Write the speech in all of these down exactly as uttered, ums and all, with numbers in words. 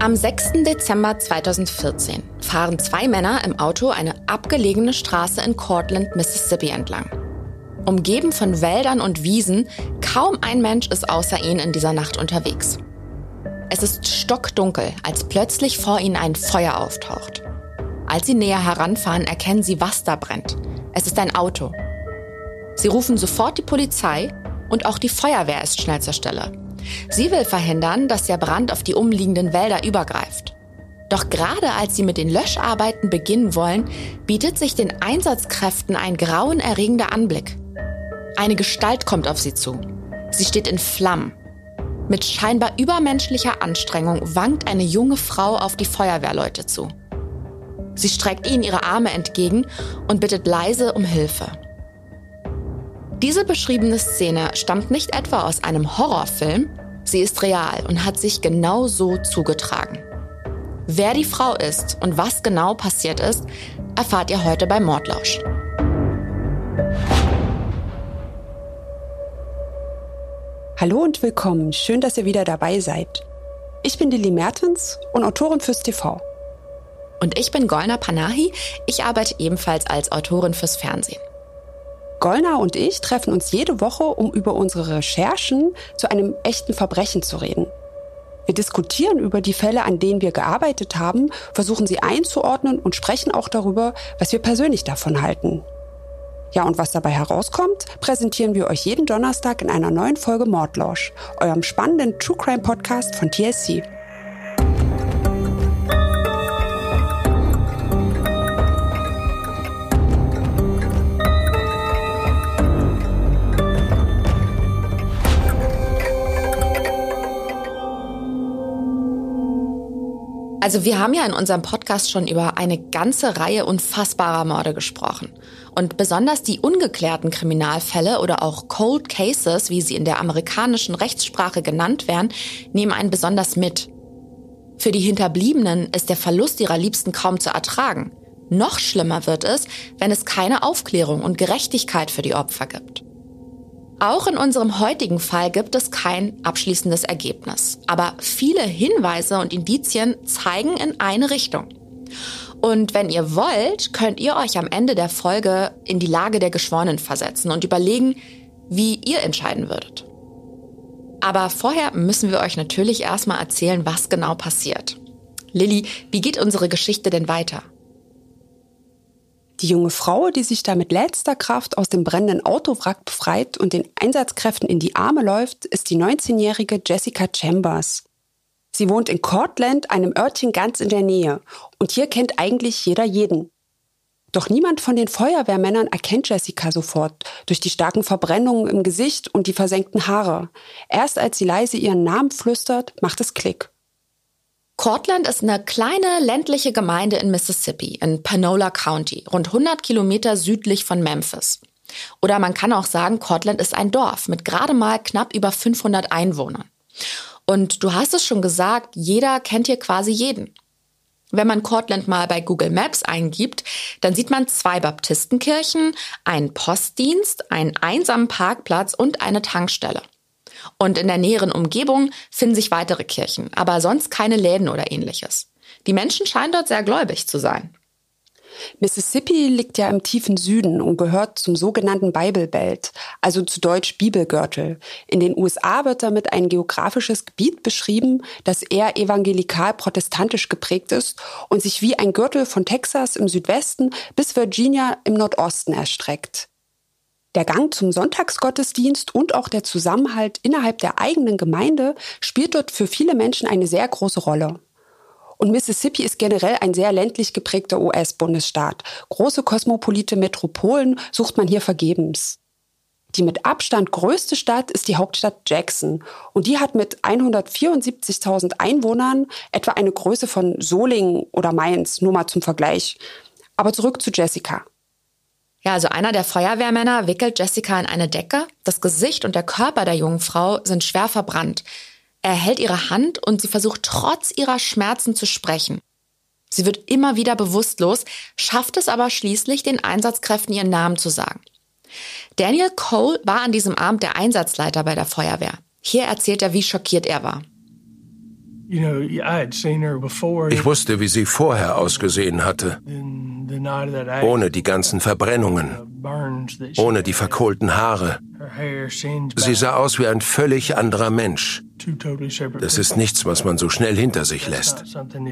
Am sechsten Dezember zweitausendvierzehn fahren zwei Männer im Auto eine abgelegene Straße in Cortland, Mississippi entlang. Umgeben von Wäldern und Wiesen, kaum ein Mensch ist außer ihnen in dieser Nacht unterwegs. Es ist stockdunkel, als plötzlich vor ihnen ein Feuer auftaucht. Als sie näher heranfahren, erkennen sie, was da brennt. Es ist ein Auto. Sie rufen sofort die Polizei und auch die Feuerwehr ist schnell zur Stelle. Sie will verhindern, dass der Brand auf die umliegenden Wälder übergreift. Doch gerade als sie mit den Löscharbeiten beginnen wollen, bietet sich den Einsatzkräften ein grauenerregender Anblick. Eine Gestalt kommt auf sie zu. Sie steht in Flammen. Mit scheinbar übermenschlicher Anstrengung wankt eine junge Frau auf die Feuerwehrleute zu. Sie streckt ihnen ihre Arme entgegen und bittet leise um Hilfe. Diese beschriebene Szene stammt nicht etwa aus einem Horrorfilm, sie ist real und hat sich genau so zugetragen. Wer die Frau ist und was genau passiert ist, erfahrt ihr heute bei Mordlausch. Hallo und willkommen, schön, dass ihr wieder dabei seid. Ich bin Lilly Mertens und Autorin fürs T V. Und ich bin Golnar Panahi, ich arbeite ebenfalls als Autorin fürs Fernsehen. Golnar und ich treffen uns jede Woche, um über unsere Recherchen zu einem echten Verbrechen zu reden. Wir diskutieren über die Fälle, an denen wir gearbeitet haben, versuchen sie einzuordnen und sprechen auch darüber, was wir persönlich davon halten. Ja, und was dabei herauskommt, präsentieren wir euch jeden Donnerstag in einer neuen Folge Mordlausch, eurem spannenden True Crime Podcast von T S C. Also wir haben ja in unserem Podcast schon über eine ganze Reihe unfassbarer Morde gesprochen. Und besonders die ungeklärten Kriminalfälle oder auch Cold Cases, wie sie in der amerikanischen Rechtssprache genannt werden, nehmen einen besonders mit. Für die Hinterbliebenen ist der Verlust ihrer Liebsten kaum zu ertragen. Noch schlimmer wird es, wenn es keine Aufklärung und Gerechtigkeit für die Opfer gibt. Auch in unserem heutigen Fall gibt es kein abschließendes Ergebnis. Aber viele Hinweise und Indizien zeigen in eine Richtung. Und wenn ihr wollt, könnt ihr euch am Ende der Folge in die Lage der Geschworenen versetzen und überlegen, wie ihr entscheiden würdet. Aber vorher müssen wir euch natürlich erstmal erzählen, was genau passiert. Lilly, wie geht unsere Geschichte denn weiter? Die junge Frau, die sich da mit letzter Kraft aus dem brennenden Autowrack befreit und den Einsatzkräften in die Arme läuft, ist die neunzehnjährige Jessica Chambers. Sie wohnt in Cortland, einem Örtchen ganz in der Nähe. Und hier kennt eigentlich jeder jeden. Doch niemand von den Feuerwehrmännern erkennt Jessica sofort, durch die starken Verbrennungen im Gesicht und die versenkten Haare. Erst als sie leise ihren Namen flüstert, macht es Klick. Cortland ist eine kleine ländliche Gemeinde in Mississippi, in Panola County, rund hundert Kilometer südlich von Memphis. Oder man kann auch sagen, Cortland ist ein Dorf mit gerade mal knapp über fünfhundert Einwohnern. Und du hast es schon gesagt, jeder kennt hier quasi jeden. Wenn man Cortland mal bei Google Maps eingibt, dann sieht man zwei Baptistenkirchen, einen Postdienst, einen einsamen Parkplatz und eine Tankstelle. Und in der näheren Umgebung finden sich weitere Kirchen, aber sonst keine Läden oder ähnliches. Die Menschen scheinen dort sehr gläubig zu sein. Mississippi liegt ja im tiefen Süden und gehört zum sogenannten Bible Belt, also zu Deutsch Bibelgürtel. In den U S A wird damit ein geografisches Gebiet beschrieben, das eher evangelikal-protestantisch geprägt ist und sich wie ein Gürtel von Texas im Südwesten bis Virginia im Nordosten erstreckt. Der Gang zum Sonntagsgottesdienst und auch der Zusammenhalt innerhalb der eigenen Gemeinde spielt dort für viele Menschen eine sehr große Rolle. Und Mississippi ist generell ein sehr ländlich geprägter U S-Bundesstaat. Große kosmopolite Metropolen sucht man hier vergebens. Die mit Abstand größte Stadt ist die Hauptstadt Jackson. Und die hat mit hundertvierundsiebzigtausend Einwohnern etwa eine Größe von Solingen oder Mainz, nur mal zum Vergleich. Aber zurück zu Jessica. Ja, also einer der Feuerwehrmänner wickelt Jessica in eine Decke. Das Gesicht und der Körper der jungen Frau sind schwer verbrannt. Er hält ihre Hand und sie versucht trotz ihrer Schmerzen zu sprechen. Sie wird immer wieder bewusstlos, schafft es aber schließlich, den Einsatzkräften ihren Namen zu sagen. Daniel Cole war an diesem Abend der Einsatzleiter bei der Feuerwehr. Hier erzählt er, wie schockiert er war. Ich wusste, wie sie vorher ausgesehen hatte, ohne die ganzen Verbrennungen, ohne die verkohlten Haare. Sie sah aus wie ein völlig anderer Mensch. Das ist nichts, was man so schnell hinter sich lässt.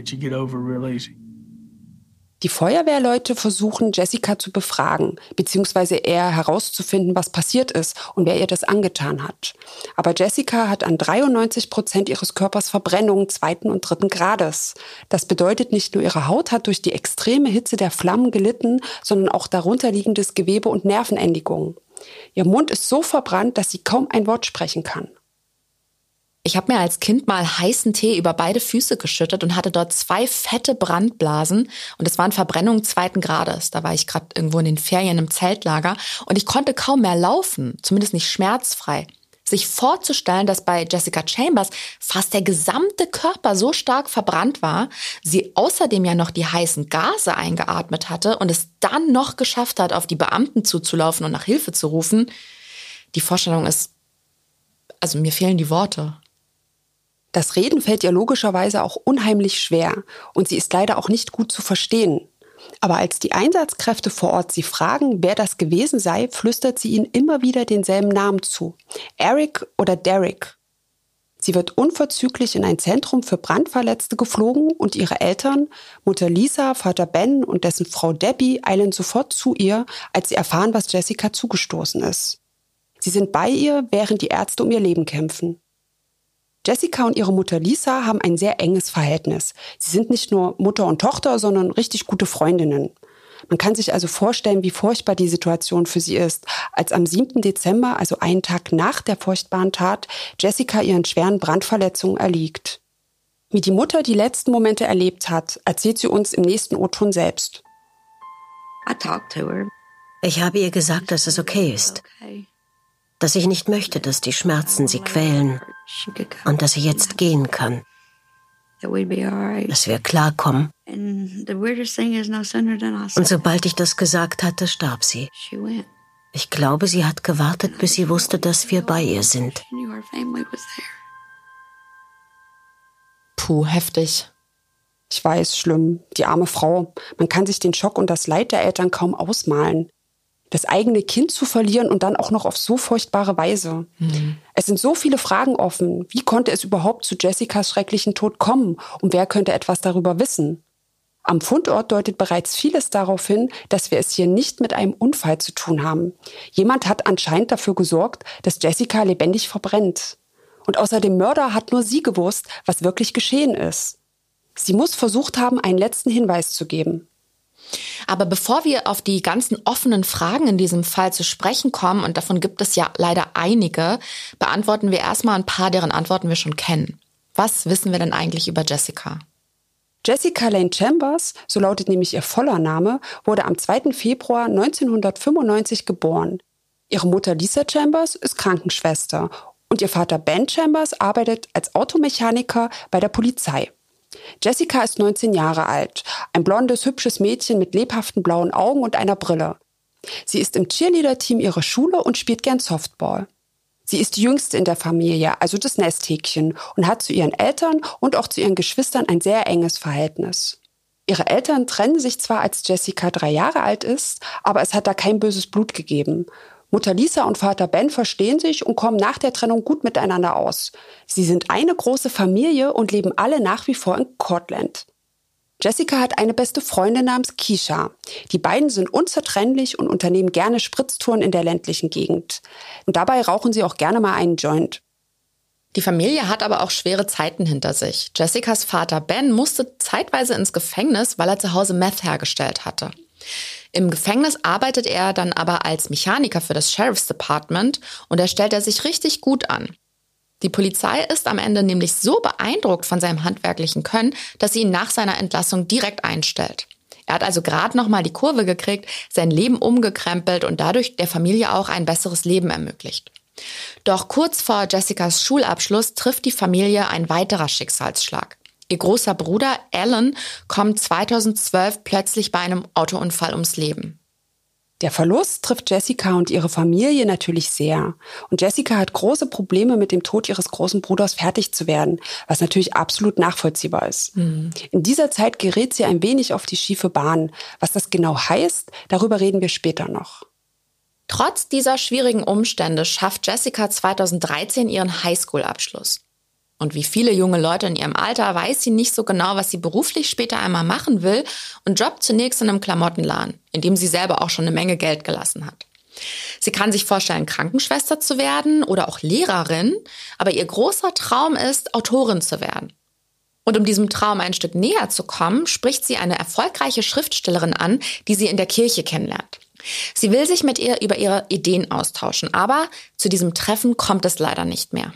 Die Feuerwehrleute versuchen, Jessica zu befragen, beziehungsweise eher herauszufinden, was passiert ist und wer ihr das angetan hat. Aber Jessica hat an dreiundneunzig Prozent ihres Körpers Verbrennungen zweiten und dritten Grades. Das bedeutet, nicht nur ihre Haut hat durch die extreme Hitze der Flammen gelitten, sondern auch darunterliegendes Gewebe und Nervenendigungen. Ihr Mund ist so verbrannt, dass sie kaum ein Wort sprechen kann. Ich habe mir als Kind mal heißen Tee über beide Füße geschüttet und hatte dort zwei fette Brandblasen. Und es waren Verbrennungen zweiten Grades. Da war ich gerade irgendwo in den Ferien im Zeltlager. Und ich konnte kaum mehr laufen, zumindest nicht schmerzfrei. Sich vorzustellen, dass bei Jessica Chambers fast der gesamte Körper so stark verbrannt war, sie außerdem ja noch die heißen Gase eingeatmet hatte und es dann noch geschafft hat, auf die Beamten zuzulaufen und nach Hilfe zu rufen. Die Vorstellung ist, also mir fehlen die Worte. Das Reden fällt ihr logischerweise auch unheimlich schwer und sie ist leider auch nicht gut zu verstehen. Aber als die Einsatzkräfte vor Ort sie fragen, wer das gewesen sei, flüstert sie ihnen immer wieder denselben Namen zu. Eric oder Derek. Sie wird unverzüglich in ein Zentrum für Brandverletzte geflogen und ihre Eltern, Mutter Lisa, Vater Ben und dessen Frau Debbie, eilen sofort zu ihr, als sie erfahren, was Jessica zugestoßen ist. Sie sind bei ihr, während die Ärzte um ihr Leben kämpfen. Jessica und ihre Mutter Lisa haben ein sehr enges Verhältnis. Sie sind nicht nur Mutter und Tochter, sondern richtig gute Freundinnen. Man kann sich also vorstellen, wie furchtbar die Situation für sie ist, als am siebten Dezember, also einen Tag nach der furchtbaren Tat, Jessica ihren schweren Brandverletzungen erliegt. Wie die Mutter die letzten Momente erlebt hat, erzählt sie uns im nächsten O-Ton selbst. Ich habe ihr gesagt, dass es okay ist. Dass ich nicht möchte, dass die Schmerzen sie quälen und dass sie jetzt gehen kann. Dass wir klarkommen. Und sobald ich das gesagt hatte, starb sie. Ich glaube, sie hat gewartet, bis sie wusste, dass wir bei ihr sind. Puh, heftig. Ich weiß, schlimm. Die arme Frau. Man kann sich den Schock und das Leid der Eltern kaum ausmalen. Das eigene Kind zu verlieren und dann auch noch auf so furchtbare Weise. Mhm. Es sind so viele Fragen offen. Wie konnte es überhaupt zu Jessicas schrecklichen Tod kommen? Und wer könnte etwas darüber wissen? Am Fundort deutet bereits vieles darauf hin, dass wir es hier nicht mit einem Unfall zu tun haben. Jemand hat anscheinend dafür gesorgt, dass Jessica lebendig verbrennt. Und außer dem Mörder hat nur sie gewusst, was wirklich geschehen ist. Sie muss versucht haben, einen letzten Hinweis zu geben. Aber bevor wir auf die ganzen offenen Fragen in diesem Fall zu sprechen kommen, und davon gibt es ja leider einige, beantworten wir erstmal ein paar, deren Antworten wir schon kennen. Was wissen wir denn eigentlich über Jessica? Jessica Lane Chambers, so lautet nämlich ihr voller Name, wurde am zweiten Februar neunzehnhundertfünfundneunzig geboren. Ihre Mutter Lisa Chambers ist Krankenschwester und ihr Vater Ben Chambers arbeitet als Automechaniker bei der Polizei. Jessica ist neunzehn Jahre alt, ein blondes, hübsches Mädchen mit lebhaften blauen Augen und einer Brille. Sie ist im Cheerleader-Team ihrer Schule und spielt gern Softball. Sie ist die Jüngste in der Familie, also das Nesthäkchen, und hat zu ihren Eltern und auch zu ihren Geschwistern ein sehr enges Verhältnis. Ihre Eltern trennen sich zwar, als Jessica drei Jahre alt ist, aber es hat da kein böses Blut gegeben. Mutter Lisa und Vater Ben verstehen sich und kommen nach der Trennung gut miteinander aus. Sie sind eine große Familie und leben alle nach wie vor in Cortland. Jessica hat eine beste Freundin namens Keisha. Die beiden sind unzertrennlich und unternehmen gerne Spritztouren in der ländlichen Gegend. Und dabei rauchen sie auch gerne mal einen Joint. Die Familie hat aber auch schwere Zeiten hinter sich. Jessicas Vater Ben musste zeitweise ins Gefängnis, weil er zu Hause Meth hergestellt hatte. Im Gefängnis arbeitet er dann aber als Mechaniker für das Sheriff's Department und da stellt er sich richtig gut an. Die Polizei ist am Ende nämlich so beeindruckt von seinem handwerklichen Können, dass sie ihn nach seiner Entlassung direkt einstellt. Er hat also gerade noch mal die Kurve gekriegt, sein Leben umgekrempelt und dadurch der Familie auch ein besseres Leben ermöglicht. Doch kurz vor Jessicas Schulabschluss trifft die Familie ein weiterer Schicksalsschlag. Ihr großer Bruder Alan kommt zweitausendzwölf plötzlich bei einem Autounfall ums Leben. Der Verlust trifft Jessica und ihre Familie natürlich sehr. Und Jessica hat große Probleme, mit dem Tod ihres großen Bruders fertig zu werden, was natürlich absolut nachvollziehbar ist. Mhm. In dieser Zeit gerät sie ein wenig auf die schiefe Bahn. Was das genau heißt, darüber reden wir später noch. Trotz dieser schwierigen Umstände schafft Jessica zweitausenddreizehn ihren Highschool-Abschluss. Und wie viele junge Leute in ihrem Alter weiß sie nicht so genau, was sie beruflich später einmal machen will und jobbt zunächst in einem Klamottenladen, in dem sie selber auch schon eine Menge Geld gelassen hat. Sie kann sich vorstellen, Krankenschwester zu werden oder auch Lehrerin, aber ihr großer Traum ist, Autorin zu werden. Und um diesem Traum ein Stück näher zu kommen, spricht sie eine erfolgreiche Schriftstellerin an, die sie in der Kirche kennenlernt. Sie will sich mit ihr über ihre Ideen austauschen, aber zu diesem Treffen kommt es leider nicht mehr.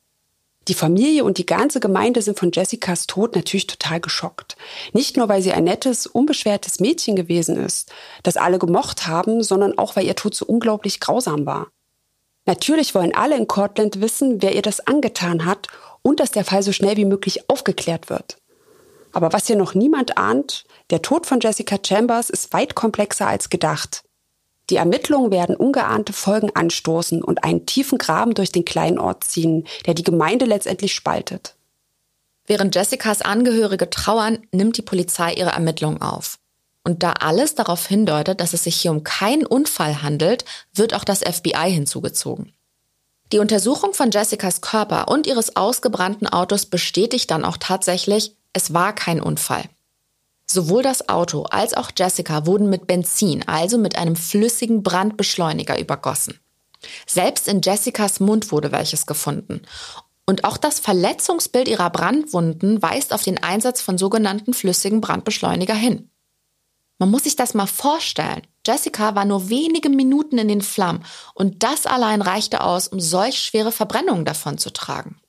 Die Familie und die ganze Gemeinde sind von Jessicas Tod natürlich total geschockt. Nicht nur, weil sie ein nettes, unbeschwertes Mädchen gewesen ist, das alle gemocht haben, sondern auch, weil ihr Tod so unglaublich grausam war. Natürlich wollen alle in Cortland wissen, wer ihr das angetan hat und dass der Fall so schnell wie möglich aufgeklärt wird. Aber was hier noch niemand ahnt, der Tod von Jessica Chambers ist weit komplexer als gedacht. Die Ermittlungen werden ungeahnte Folgen anstoßen und einen tiefen Graben durch den kleinen Ort ziehen, der die Gemeinde letztendlich spaltet. Während Jessicas Angehörige trauern, nimmt die Polizei ihre Ermittlungen auf. Und da alles darauf hindeutet, dass es sich hier um keinen Unfall handelt, wird auch das F B I hinzugezogen. Die Untersuchung von Jessicas Körper und ihres ausgebrannten Autos bestätigt dann auch tatsächlich, es war kein Unfall. Sowohl das Auto als auch Jessica wurden mit Benzin, also mit einem flüssigen Brandbeschleuniger, übergossen. Selbst in Jessicas Mund wurde welches gefunden. Und auch das Verletzungsbild ihrer Brandwunden weist auf den Einsatz von sogenannten flüssigen Brandbeschleuniger hin. Man muss sich das mal vorstellen. Jessica war nur wenige Minuten in den Flammen und das allein reichte aus, um solch schwere Verbrennungen davonzutragen.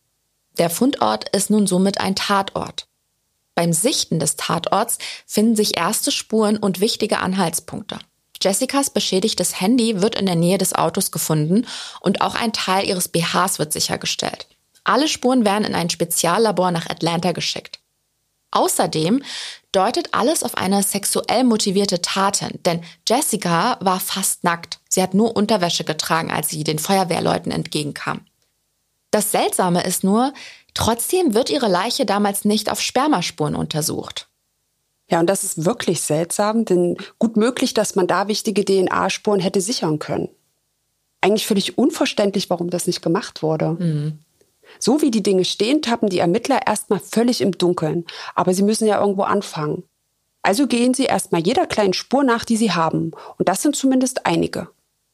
Der Fundort ist nun somit ein Tatort. Beim Sichten des Tatorts finden sich erste Spuren und wichtige Anhaltspunkte. Jessicas beschädigtes Handy wird in der Nähe des Autos gefunden und auch ein Teil ihres B Hs wird sichergestellt. Alle Spuren werden in ein Speziallabor nach Atlanta geschickt. Außerdem deutet alles auf eine sexuell motivierte Tat hin, denn Jessica war fast nackt. Sie hat nur Unterwäsche getragen, als sie den Feuerwehrleuten entgegenkam. Das Seltsame ist nur, trotzdem wird ihre Leiche damals nicht auf Spermaspuren untersucht. Ja, und das ist wirklich seltsam, denn gut möglich, dass man da wichtige D N A-Spuren hätte sichern können. Eigentlich völlig unverständlich, warum das nicht gemacht wurde. Mhm. So wie die Dinge stehen, tappen die Ermittler erstmal völlig im Dunkeln. Aber sie müssen ja irgendwo anfangen. Also gehen sie erstmal jeder kleinen Spur nach, die sie haben. Und das sind zumindest einige.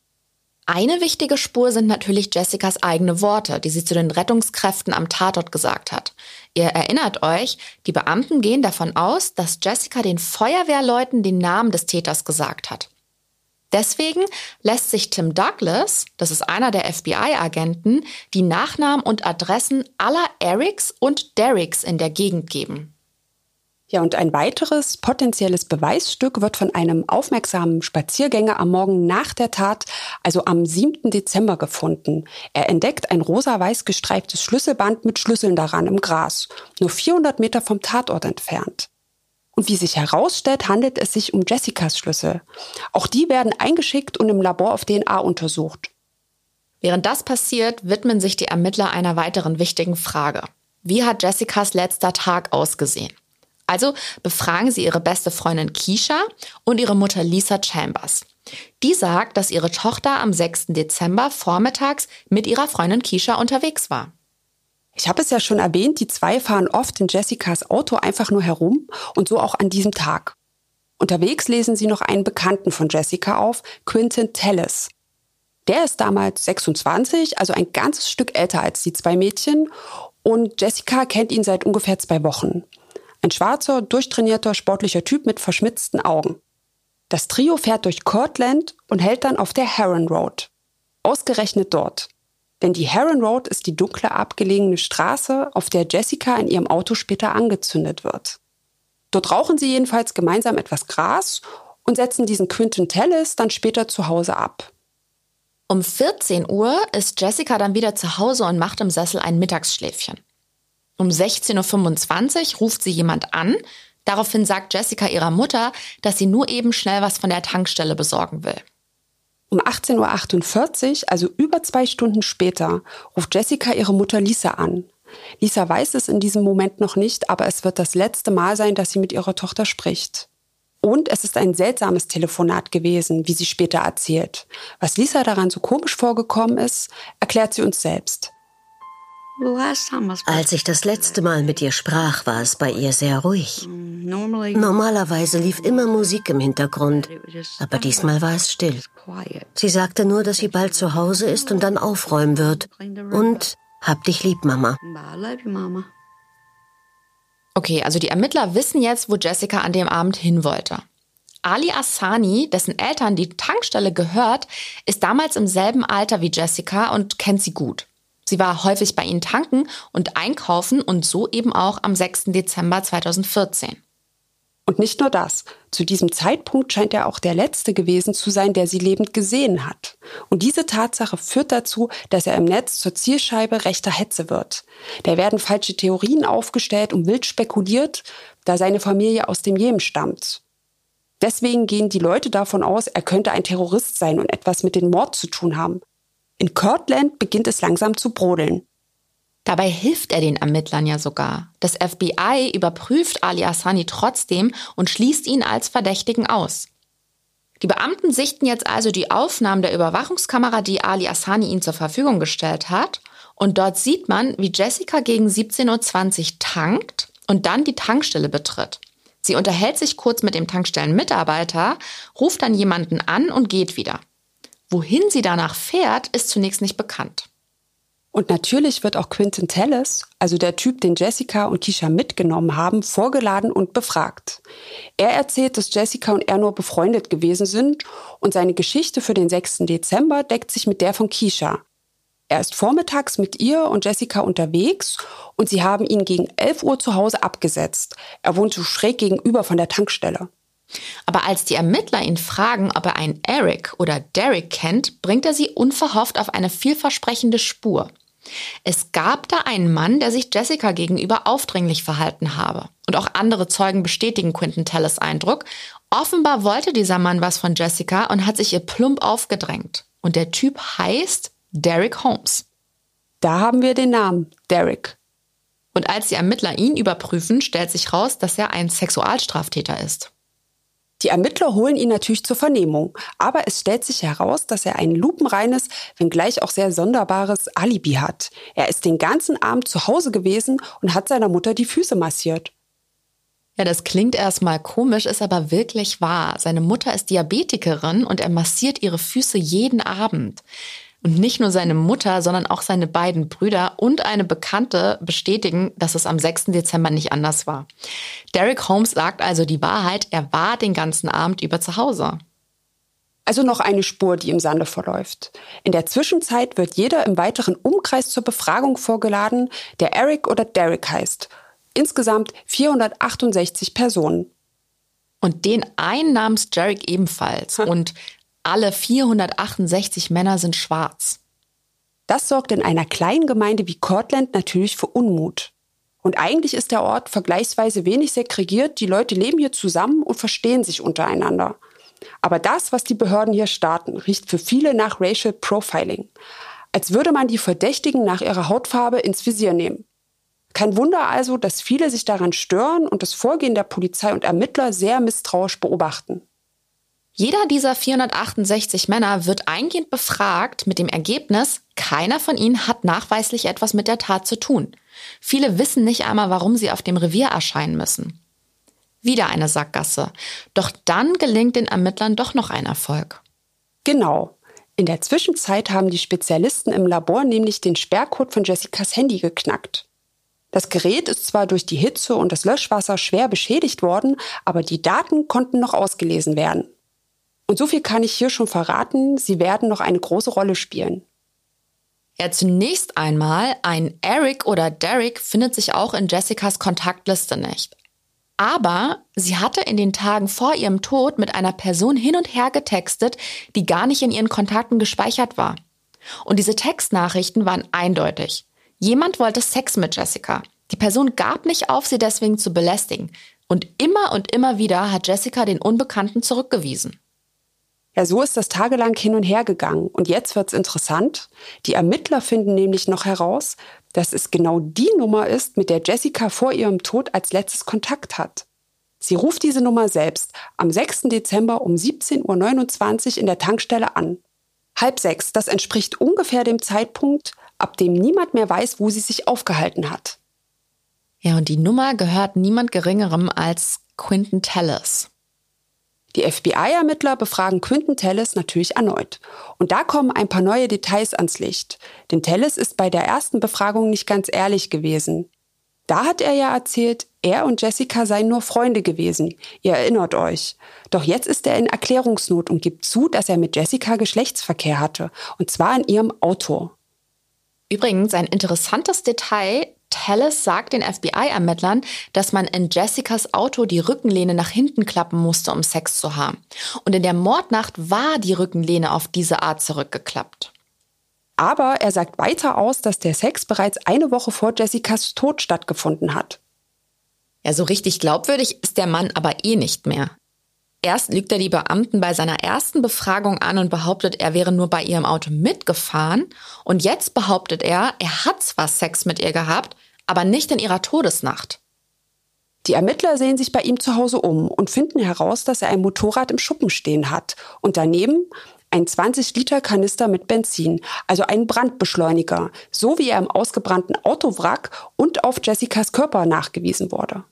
Eine wichtige Spur sind natürlich Jessicas eigene Worte, die sie zu den Rettungskräften am Tatort gesagt hat. Ihr erinnert euch, die Beamten gehen davon aus, dass Jessica den Feuerwehrleuten den Namen des Täters gesagt hat. Deswegen lässt sich Tim Douglas, das ist einer der F B I-Agenten, die Nachnamen und Adressen aller Erics und Derricks in der Gegend geben. Ja, und ein weiteres potenzielles Beweisstück wird von einem aufmerksamen Spaziergänger am Morgen nach der Tat, also am siebten Dezember, gefunden. Er entdeckt ein rosa-weiß gestreiftes Schlüsselband mit Schlüsseln daran im Gras, nur vierhundert Meter vom Tatort entfernt. Und wie sich herausstellt, handelt es sich um Jessicas Schlüssel. Auch die werden eingeschickt und im Labor auf D N A untersucht. Während das passiert, widmen sich die Ermittler einer weiteren wichtigen Frage. Wie hat Jessicas letzter Tag ausgesehen? Also befragen sie ihre beste Freundin Keisha und ihre Mutter Lisa Chambers. Die sagt, dass ihre Tochter am sechsten Dezember vormittags mit ihrer Freundin Keisha unterwegs war. Ich habe es ja schon erwähnt, die zwei fahren oft in Jessicas Auto einfach nur herum und so auch an diesem Tag. Unterwegs lesen sie noch einen Bekannten von Jessica auf, Quentin Tellis. Der ist damals sechsundzwanzig, also ein ganzes Stück älter als die zwei Mädchen, und Jessica kennt ihn seit ungefähr zwei Wochen. Ein schwarzer, durchtrainierter, sportlicher Typ mit verschmitzten Augen. Das Trio fährt durch Cortland und hält dann auf der Heron Road. Ausgerechnet dort. Denn die Heron Road ist die dunkle, abgelegene Straße, auf der Jessica in ihrem Auto später angezündet wird. Dort rauchen sie jedenfalls gemeinsam etwas Gras und setzen diesen Quentin Tellis dann später zu Hause ab. Um vierzehn Uhr ist Jessica dann wieder zu Hause und macht im Sessel ein Mittagsschläfchen. Um sechzehn Uhr fünfundzwanzig ruft sie jemand an, Daraufhin sagt Jessica ihrer Mutter, dass sie nur eben schnell was von der Tankstelle besorgen will. Um achtzehn Uhr achtundvierzig, also über zwei Stunden später, ruft Jessica ihre Mutter Lisa an. Lisa weiß es in diesem Moment noch nicht, aber es wird das letzte Mal sein, dass sie mit ihrer Tochter spricht. Und es ist ein seltsames Telefonat gewesen, wie sie später erzählt. Was Lisa daran so komisch vorgekommen ist, erklärt sie uns selbst. Als ich das letzte Mal mit ihr sprach, war es bei ihr sehr ruhig. Normalerweise lief immer Musik im Hintergrund, aber diesmal war es still. Sie sagte nur, dass sie bald zu Hause ist und dann aufräumen wird. Und hab dich lieb, Mama. Okay, also die Ermittler wissen jetzt, wo Jessica an dem Abend hin wollte. Ali Asani, dessen Eltern die Tankstelle gehört, ist damals im selben Alter wie Jessica und kennt sie gut. Sie war häufig bei ihnen tanken und einkaufen und so eben auch am sechsten Dezember zweitausendvierzehn. Und nicht nur das. Zu diesem Zeitpunkt scheint er auch der Letzte gewesen zu sein, der sie lebend gesehen hat. Und diese Tatsache führt dazu, dass er im Netz zur Zielscheibe rechter Hetze wird. Da werden falsche Theorien aufgestellt und wild spekuliert, da seine Familie aus dem Jemen stammt. Deswegen gehen die Leute davon aus, er könnte ein Terrorist sein und etwas mit dem Mord zu tun haben. In Kirtland beginnt es langsam zu brodeln. Dabei hilft er den Ermittlern ja sogar. Das F B I überprüft Ali Asani trotzdem und schließt ihn als Verdächtigen aus. Die Beamten sichten jetzt also die Aufnahmen der Überwachungskamera, die Ali Asani ihnen zur Verfügung gestellt hat. Und dort sieht man, wie Jessica gegen siebzehn Uhr zwanzig tankt und dann die Tankstelle betritt. Sie unterhält sich kurz mit dem Tankstellenmitarbeiter, ruft dann jemanden an und geht wieder. Wohin sie danach fährt, ist zunächst nicht bekannt. Und natürlich wird auch Quentin Tellis, also der Typ, den Jessica und Keisha mitgenommen haben, vorgeladen und befragt. Er erzählt, dass Jessica und er nur befreundet gewesen sind und seine Geschichte für den sechsten Dezember deckt sich mit der von Keisha. Er ist vormittags mit ihr und Jessica unterwegs und sie haben ihn gegen elf Uhr zu Hause abgesetzt. Er wohnt so schräg gegenüber von der Tankstelle. Aber als die Ermittler ihn fragen, ob er einen Eric oder Derek kennt, bringt er sie unverhofft auf eine vielversprechende Spur. Es gab da einen Mann, der sich Jessica gegenüber aufdringlich verhalten habe. Und auch andere Zeugen bestätigen Quentin Tellis' Eindruck. Offenbar wollte dieser Mann was von Jessica und hat sich ihr plump aufgedrängt. Und der Typ heißt Derek Holmes. Da haben wir den Namen, Derek. Und als die Ermittler ihn überprüfen, stellt sich raus, dass er ein Sexualstraftäter ist. Die Ermittler holen ihn natürlich zur Vernehmung, aber es stellt sich heraus, dass er ein lupenreines, wenngleich auch sehr sonderbares Alibi hat. Er ist den ganzen Abend zu Hause gewesen und hat seiner Mutter die Füße massiert. Ja, das klingt erstmal komisch, ist aber wirklich wahr. Seine Mutter ist Diabetikerin und er massiert ihre Füße jeden Abend. Und nicht nur seine Mutter, sondern auch seine beiden Brüder und eine Bekannte bestätigen, dass es am sechsten Dezember nicht anders war. Derek Holmes sagt also die Wahrheit, er war den ganzen Abend über zu Hause. Also noch eine Spur, die im Sande verläuft. In der Zwischenzeit wird jeder im weiteren Umkreis zur Befragung vorgeladen, der Eric oder Derek heißt. Insgesamt vierhundertachtundsechzig Personen. Und den einen namens Derek ebenfalls. Und alle vierhundertachtundsechzig Männer sind schwarz. Das sorgt in einer kleinen Gemeinde wie Kirtland natürlich für Unmut. Und eigentlich ist der Ort vergleichsweise wenig segregiert. Die Leute leben hier zusammen und verstehen sich untereinander. Aber das, was die Behörden hier starten, riecht für viele nach Racial Profiling. Als würde man die Verdächtigen nach ihrer Hautfarbe ins Visier nehmen. Kein Wunder also, dass viele sich daran stören und das Vorgehen der Polizei und Ermittler sehr misstrauisch beobachten. Jeder dieser vierhundertachtundsechzig Männer wird eingehend befragt mit dem Ergebnis, keiner von ihnen hat nachweislich etwas mit der Tat zu tun. Viele wissen nicht einmal, warum sie auf dem Revier erscheinen müssen. Wieder eine Sackgasse. Doch dann gelingt den Ermittlern doch noch ein Erfolg. Genau. In der Zwischenzeit haben die Spezialisten im Labor nämlich den Sperrcode von Jessicas Handy geknackt. Das Gerät ist zwar durch die Hitze und das Löschwasser schwer beschädigt worden, aber die Daten konnten noch ausgelesen werden. Und so viel kann ich hier schon verraten, sie werden noch eine große Rolle spielen. Ja, zunächst einmal, ein Eric oder Derek findet sich auch in Jessicas Kontaktliste nicht. Aber sie hatte in den Tagen vor ihrem Tod mit einer Person hin und her getextet, die gar nicht in ihren Kontakten gespeichert war. Und diese Textnachrichten waren eindeutig. Jemand wollte Sex mit Jessica. Die Person gab nicht auf, sie deswegen zu belästigen. Und immer und immer wieder hat Jessica den Unbekannten zurückgewiesen. Ja, so ist das tagelang hin und her gegangen. Und jetzt wird's interessant. Die Ermittler finden nämlich noch heraus, dass es genau die Nummer ist, mit der Jessica vor ihrem Tod als letztes Kontakt hat. Sie ruft diese Nummer selbst am sechsten Dezember um siebzehn Uhr neunundzwanzig in der Tankstelle an. Halb sechs, das entspricht ungefähr dem Zeitpunkt, ab dem niemand mehr weiß, wo sie sich aufgehalten hat. Ja, und die Nummer gehört niemand Geringerem als Quentin Tellis. Die F B I-Ermittler befragen Quentin Tellis natürlich erneut. Und da kommen ein paar neue Details ans Licht. Denn Tellis ist bei der ersten Befragung nicht ganz ehrlich gewesen. Da hat er ja erzählt, er und Jessica seien nur Freunde gewesen. Ihr erinnert euch. Doch jetzt ist er in Erklärungsnot und gibt zu, dass er mit Jessica Geschlechtsverkehr hatte. Und zwar in ihrem Auto. Übrigens ein interessantes Detail. Tellis sagt den F B I-Ermittlern, dass man in Jessicas Auto die Rückenlehne nach hinten klappen musste, um Sex zu haben. Und in der Mordnacht war die Rückenlehne auf diese Art zurückgeklappt. Aber er sagt weiter aus, dass der Sex bereits eine Woche vor Jessicas Tod stattgefunden hat. Ja, so richtig glaubwürdig ist der Mann aber eh nicht mehr. Erst lügt er die Beamten bei seiner ersten Befragung an und behauptet, er wäre nur bei ihrem Auto mitgefahren. Und jetzt behauptet er, er hat zwar Sex mit ihr gehabt, aber nicht in ihrer Todesnacht. Die Ermittler sehen sich bei ihm zu Hause um und finden heraus, dass er ein Motorrad im Schuppen stehen hat. Und daneben ein zwanzig Liter Kanister mit Benzin, also einen Brandbeschleuniger, so wie er im ausgebrannten Autowrack und auf Jessicas Körper nachgewiesen wurde.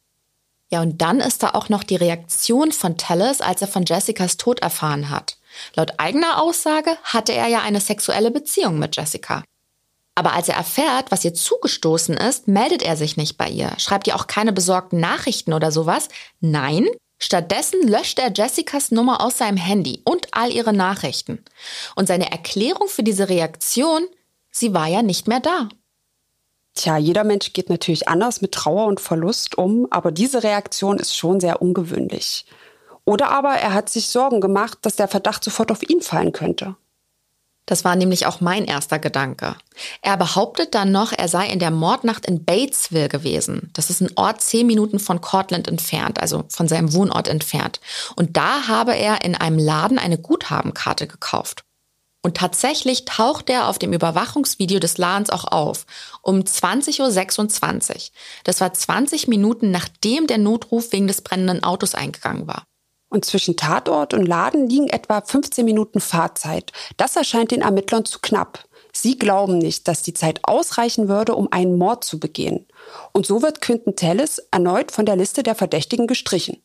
Ja, und dann ist da auch noch die Reaktion von Tellis, als er von Jessicas Tod erfahren hat. Laut eigener Aussage hatte er ja eine sexuelle Beziehung mit Jessica. Aber als er erfährt, was ihr zugestoßen ist, meldet er sich nicht bei ihr, schreibt ihr auch keine besorgten Nachrichten oder sowas. Nein, stattdessen löscht er Jessicas Nummer aus seinem Handy und all ihre Nachrichten. Und seine Erklärung für diese Reaktion, sie war ja nicht mehr da. Tja, jeder Mensch geht natürlich anders mit Trauer und Verlust um, aber diese Reaktion ist schon sehr ungewöhnlich. Oder aber er hat sich Sorgen gemacht, dass der Verdacht sofort auf ihn fallen könnte. Das war nämlich auch mein erster Gedanke. Er behauptet dann noch, er sei in der Mordnacht in Batesville gewesen. Das ist ein Ort zehn Minuten von Cortland entfernt, also von seinem Wohnort entfernt. Und da habe er in einem Laden eine Guthabenkarte gekauft. Und tatsächlich taucht er auf dem Überwachungsvideo des Ladens auch auf, um zwanzig Uhr sechsundzwanzig. Das war zwanzig Minuten, nachdem der Notruf wegen des brennenden Autos eingegangen war. Und zwischen Tatort und Laden liegen etwa fünfzehn Minuten Fahrzeit. Das erscheint den Ermittlern zu knapp. Sie glauben nicht, dass die Zeit ausreichen würde, um einen Mord zu begehen. Und so wird Quentin Tellis erneut von der Liste der Verdächtigen gestrichen.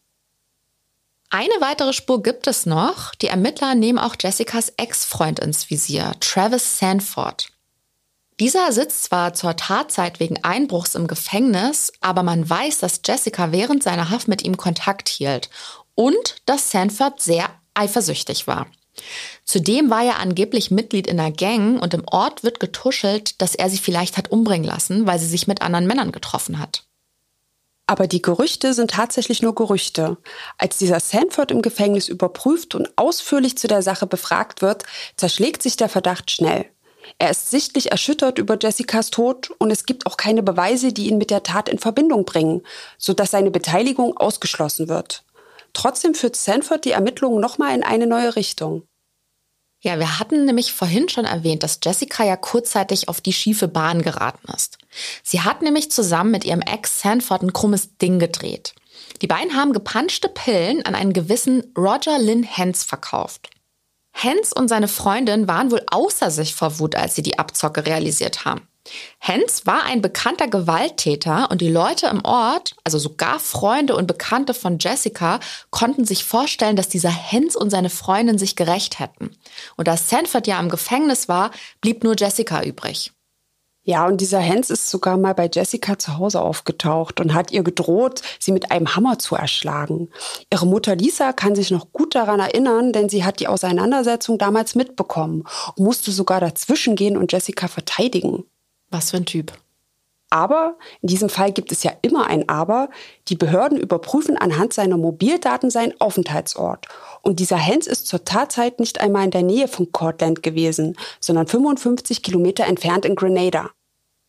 Eine weitere Spur gibt es noch. Die Ermittler nehmen auch Jessicas Ex-Freund ins Visier, Travis Sanford. Dieser sitzt zwar zur Tatzeit wegen Einbruchs im Gefängnis, aber man weiß, dass Jessica während seiner Haft mit ihm Kontakt hielt und dass Sanford sehr eifersüchtig war. Zudem war er angeblich Mitglied in einer Gang und im Ort wird getuschelt, dass er sie vielleicht hat umbringen lassen, weil sie sich mit anderen Männern getroffen hat. Aber die Gerüchte sind tatsächlich nur Gerüchte. Als dieser Sanford im Gefängnis überprüft und ausführlich zu der Sache befragt wird, zerschlägt sich der Verdacht schnell. Er ist sichtlich erschüttert über Jessicas Tod und es gibt auch keine Beweise, die ihn mit der Tat in Verbindung bringen, sodass seine Beteiligung ausgeschlossen wird. Trotzdem führt Sanford die Ermittlungen nochmal in eine neue Richtung. Ja, wir hatten nämlich vorhin schon erwähnt, dass Jessica ja kurzzeitig auf die schiefe Bahn geraten ist. Sie hat nämlich zusammen mit ihrem Ex Sanford ein krummes Ding gedreht. Die beiden haben gepanschte Pillen an einen gewissen Roger Lynn Hens verkauft. Hens und seine Freundin waren wohl außer sich vor Wut, als sie die Abzocke realisiert haben. Hens war ein bekannter Gewalttäter und die Leute im Ort, also sogar Freunde und Bekannte von Jessica, konnten sich vorstellen, dass dieser Hens und seine Freundin sich gerächt hätten. Und da Sanford ja im Gefängnis war, blieb nur Jessica übrig. Ja, und dieser Hens ist sogar mal bei Jessica zu Hause aufgetaucht und hat ihr gedroht, sie mit einem Hammer zu erschlagen. Ihre Mutter Lisa kann sich noch gut daran erinnern, denn sie hat die Auseinandersetzung damals mitbekommen und musste sogar dazwischen gehen und Jessica verteidigen. Was für ein Typ. Aber, in diesem Fall gibt es ja immer ein Aber, die Behörden überprüfen anhand seiner Mobildaten seinen Aufenthaltsort. Und dieser Hens ist zur Tatzeit nicht einmal in der Nähe von Cortland gewesen, sondern fünfundfünfzig Kilometer entfernt in Grenada.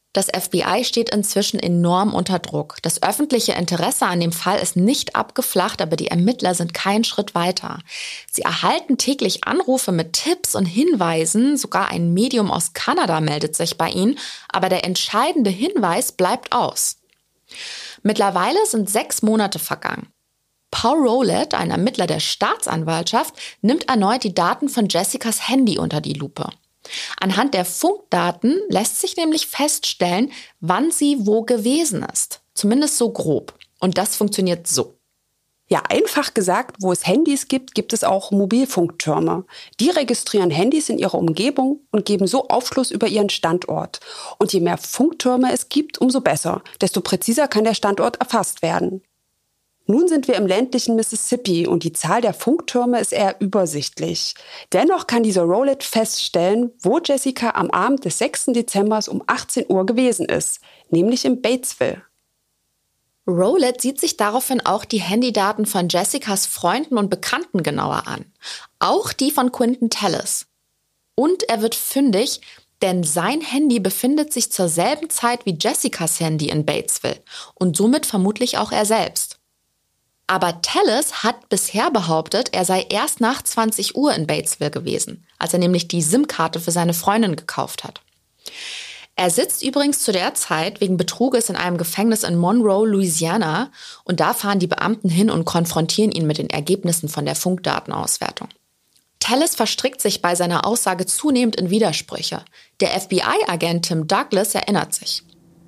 Das F B I steht inzwischen enorm unter Druck. Das öffentliche Interesse an dem Fall ist nicht abgeflacht, aber die Ermittler sind keinen Schritt weiter. Sie erhalten täglich Anrufe mit Tipps und Hinweisen. Sogar ein Medium aus Kanada meldet sich bei ihnen. Aber der entscheidende Hinweis bleibt aus. Mittlerweile sind sechs Monate vergangen. Paul Rowlett, ein Ermittler der Staatsanwaltschaft, nimmt erneut die Daten von Jessicas Handy unter die Lupe. Anhand der Funkdaten lässt sich nämlich feststellen, wann sie wo gewesen ist. Zumindest so grob. Und das funktioniert so. Ja, einfach gesagt, wo es Handys gibt, gibt es auch Mobilfunktürme. Die registrieren Handys in ihrer Umgebung und geben so Aufschluss über ihren Standort. Und je mehr Funktürme es gibt, umso besser. Desto präziser kann der Standort erfasst werden. Nun sind wir im ländlichen Mississippi und die Zahl der Funktürme ist eher übersichtlich. Dennoch kann dieser Rowlett feststellen, wo Jessica am Abend des sechsten Dezember um achtzehn Uhr gewesen ist, nämlich in Batesville. Rowlett sieht sich daraufhin auch die Handydaten von Jessicas Freunden und Bekannten genauer an. Auch die von Quinton Tellis. Und er wird fündig, denn sein Handy befindet sich zur selben Zeit wie Jessicas Handy in Batesville und somit vermutlich auch er selbst. Aber Tellis hat bisher behauptet, er sei erst nach zwanzig Uhr in Batesville gewesen, als er nämlich die SIM-Karte für seine Freundin gekauft hat. Er sitzt übrigens zu der Zeit wegen Betruges in einem Gefängnis in Monroe, Louisiana, und da fahren die Beamten hin und konfrontieren ihn mit den Ergebnissen von der Funkdatenauswertung. Tellis verstrickt sich bei seiner Aussage zunehmend in Widersprüche. Der F B I-Agent Tim Douglas erinnert sich.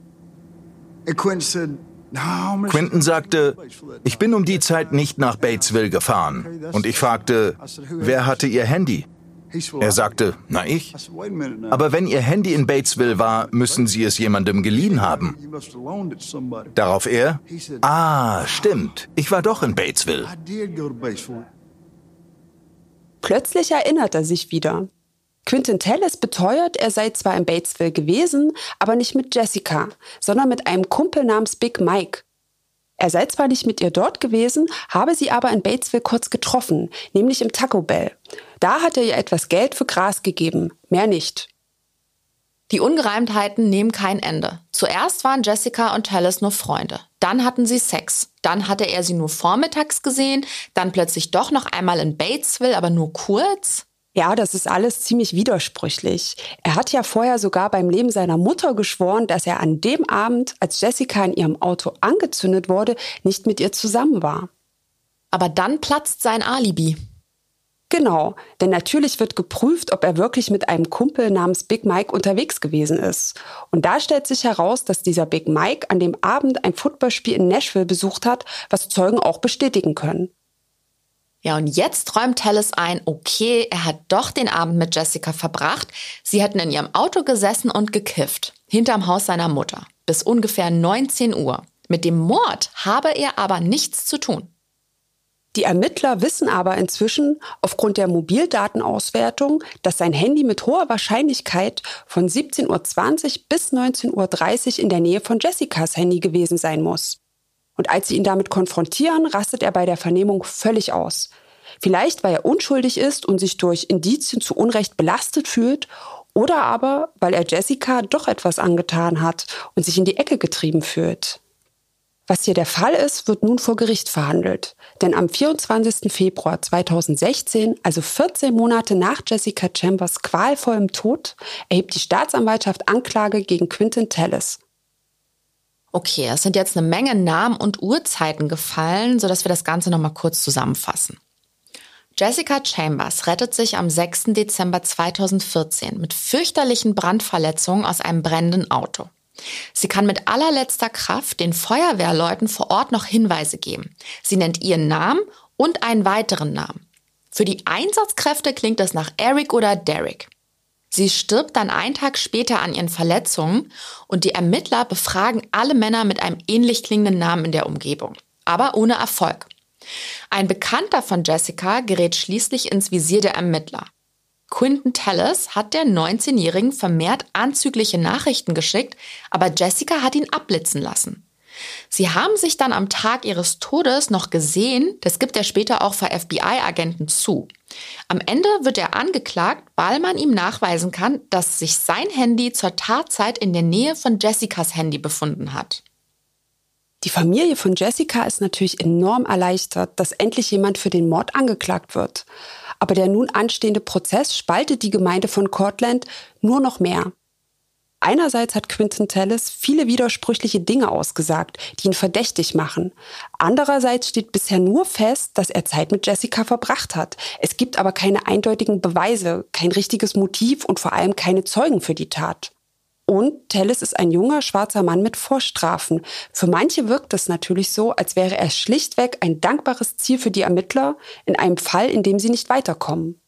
Quinton sagte, ich bin um die Zeit nicht nach Batesville gefahren. Und ich fragte, wer hatte Ihr Handy? Er sagte, na ich. Aber wenn Ihr Handy in Batesville war, müssen Sie es jemandem geliehen haben. Darauf er, ah, stimmt, ich war doch in Batesville. Plötzlich erinnert er sich wieder. Quinton Tellis beteuert, er sei zwar in Batesville gewesen, aber nicht mit Jessica, sondern mit einem Kumpel namens Big Mike. Er sei zwar nicht mit ihr dort gewesen, habe sie aber in Batesville kurz getroffen, nämlich im Taco Bell. Da hat er ihr etwas Geld für Gras gegeben, mehr nicht. Die Ungereimtheiten nehmen kein Ende. Zuerst waren Jessica und Tellis nur Freunde. Dann hatten sie Sex. Dann hatte er sie nur vormittags gesehen, dann plötzlich doch noch einmal in Batesville, aber nur kurz. Ja, das ist alles ziemlich widersprüchlich. Er hat ja vorher sogar beim Leben seiner Mutter geschworen, dass er an dem Abend, als Jessica in ihrem Auto angezündet wurde, nicht mit ihr zusammen war. Aber dann platzt sein Alibi. Genau, denn natürlich wird geprüft, ob er wirklich mit einem Kumpel namens Big Mike unterwegs gewesen ist. Und da stellt sich heraus, dass dieser Big Mike an dem Abend ein Footballspiel in Nashville besucht hat, was Zeugen auch bestätigen können. Ja, und jetzt räumt Tellis ein, okay, er hat doch den Abend mit Jessica verbracht. Sie hätten in ihrem Auto gesessen und gekifft, hinterm Haus seiner Mutter, bis ungefähr neunzehn Uhr. Mit dem Mord habe er aber nichts zu tun. Die Ermittler wissen aber inzwischen aufgrund der Mobildatenauswertung, dass sein Handy mit hoher Wahrscheinlichkeit von siebzehn Uhr zwanzig bis neunzehn Uhr dreißig in der Nähe von Jessicas Handy gewesen sein muss. Und als sie ihn damit konfrontieren, rastet er bei der Vernehmung völlig aus. Vielleicht, weil er unschuldig ist und sich durch Indizien zu Unrecht belastet fühlt, oder aber, weil er Jessica doch etwas angetan hat und sich in die Ecke getrieben fühlt. Was hier der Fall ist, wird nun vor Gericht verhandelt. Denn am vierundzwanzigsten Februar zweitausendsechzehn, also vierzehn Monate nach Jessica Chambers qualvollem Tod, erhebt die Staatsanwaltschaft Anklage gegen Quinton Tellis. Okay, es sind jetzt eine Menge Namen und Uhrzeiten gefallen, sodass wir das Ganze nochmal kurz zusammenfassen. Jessica Chambers rettet sich am sechsten Dezember zweitausendvierzehn mit fürchterlichen Brandverletzungen aus einem brennenden Auto. Sie kann mit allerletzter Kraft den Feuerwehrleuten vor Ort noch Hinweise geben. Sie nennt ihren Namen und einen weiteren Namen. Für die Einsatzkräfte klingt es nach Eric oder Derek. Sie stirbt dann einen Tag später an ihren Verletzungen und die Ermittler befragen alle Männer mit einem ähnlich klingenden Namen in der Umgebung, aber ohne Erfolg. Ein Bekannter von Jessica gerät schließlich ins Visier der Ermittler. Quinton Tellis hat der neunzehnjährigen vermehrt anzügliche Nachrichten geschickt, aber Jessica hat ihn abblitzen lassen. Sie haben sich dann am Tag ihres Todes noch gesehen, das gibt er später auch vor F B I-Agenten zu. Am Ende wird er angeklagt, weil man ihm nachweisen kann, dass sich sein Handy zur Tatzeit in der Nähe von Jessicas Handy befunden hat. Die Familie von Jessica ist natürlich enorm erleichtert, dass endlich jemand für den Mord angeklagt wird. Aber der nun anstehende Prozess spaltet die Gemeinde von Cortland nur noch mehr. Einerseits hat Quentin Tellis viele widersprüchliche Dinge ausgesagt, die ihn verdächtig machen. Andererseits steht bisher nur fest, dass er Zeit mit Jessica verbracht hat. Es gibt aber keine eindeutigen Beweise, kein richtiges Motiv und vor allem keine Zeugen für die Tat. Und Tellis ist ein junger, schwarzer Mann mit Vorstrafen. Für manche wirkt es natürlich so, als wäre er schlichtweg ein dankbares Ziel für die Ermittler in einem Fall, in dem sie nicht weiterkommen.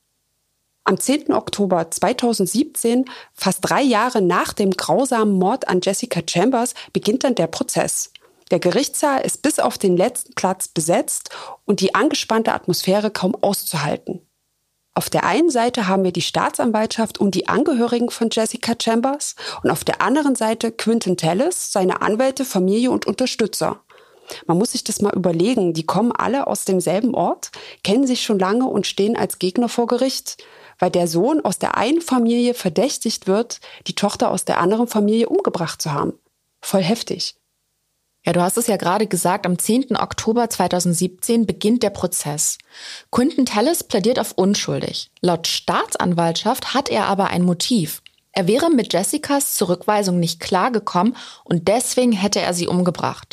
Am zehnten Oktober zweitausendsiebzehn, fast drei Jahre nach dem grausamen Mord an Jessica Chambers, beginnt dann der Prozess. Der Gerichtssaal ist bis auf den letzten Platz besetzt und die angespannte Atmosphäre kaum auszuhalten. Auf der einen Seite haben wir die Staatsanwaltschaft und die Angehörigen von Jessica Chambers und auf der anderen Seite Quentin Tellis, seine Anwälte, Familie und Unterstützer. Man muss sich das mal überlegen, die kommen alle aus demselben Ort, kennen sich schon lange und stehen als Gegner vor Gericht, weil der Sohn aus der einen Familie verdächtigt wird, die Tochter aus der anderen Familie umgebracht zu haben. Voll heftig. Ja, du hast es ja gerade gesagt, am zehnten Oktober zweitausendsiebzehn beginnt der Prozess. Quentin Tellis plädiert auf unschuldig. Laut Staatsanwaltschaft hat er aber ein Motiv. Er wäre mit Jessicas Zurückweisung nicht klargekommen und deswegen hätte er sie umgebracht.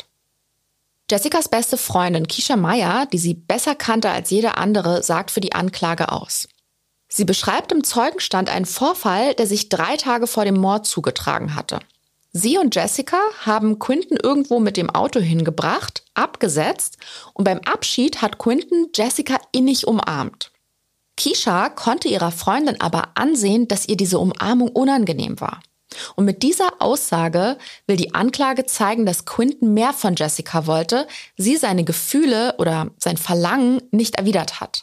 Jessicas beste Freundin Keisha Meyer, die sie besser kannte als jede andere, sagt für die Anklage aus. Sie beschreibt im Zeugenstand einen Vorfall, der sich drei Tage vor dem Mord zugetragen hatte. Sie und Jessica haben Quentin irgendwo mit dem Auto hingebracht, abgesetzt und beim Abschied hat Quentin Jessica innig umarmt. Keisha konnte ihrer Freundin aber ansehen, dass ihr diese Umarmung unangenehm war. Und mit dieser Aussage will die Anklage zeigen, dass Quentin mehr von Jessica wollte, sie seine Gefühle oder sein Verlangen nicht erwidert hat.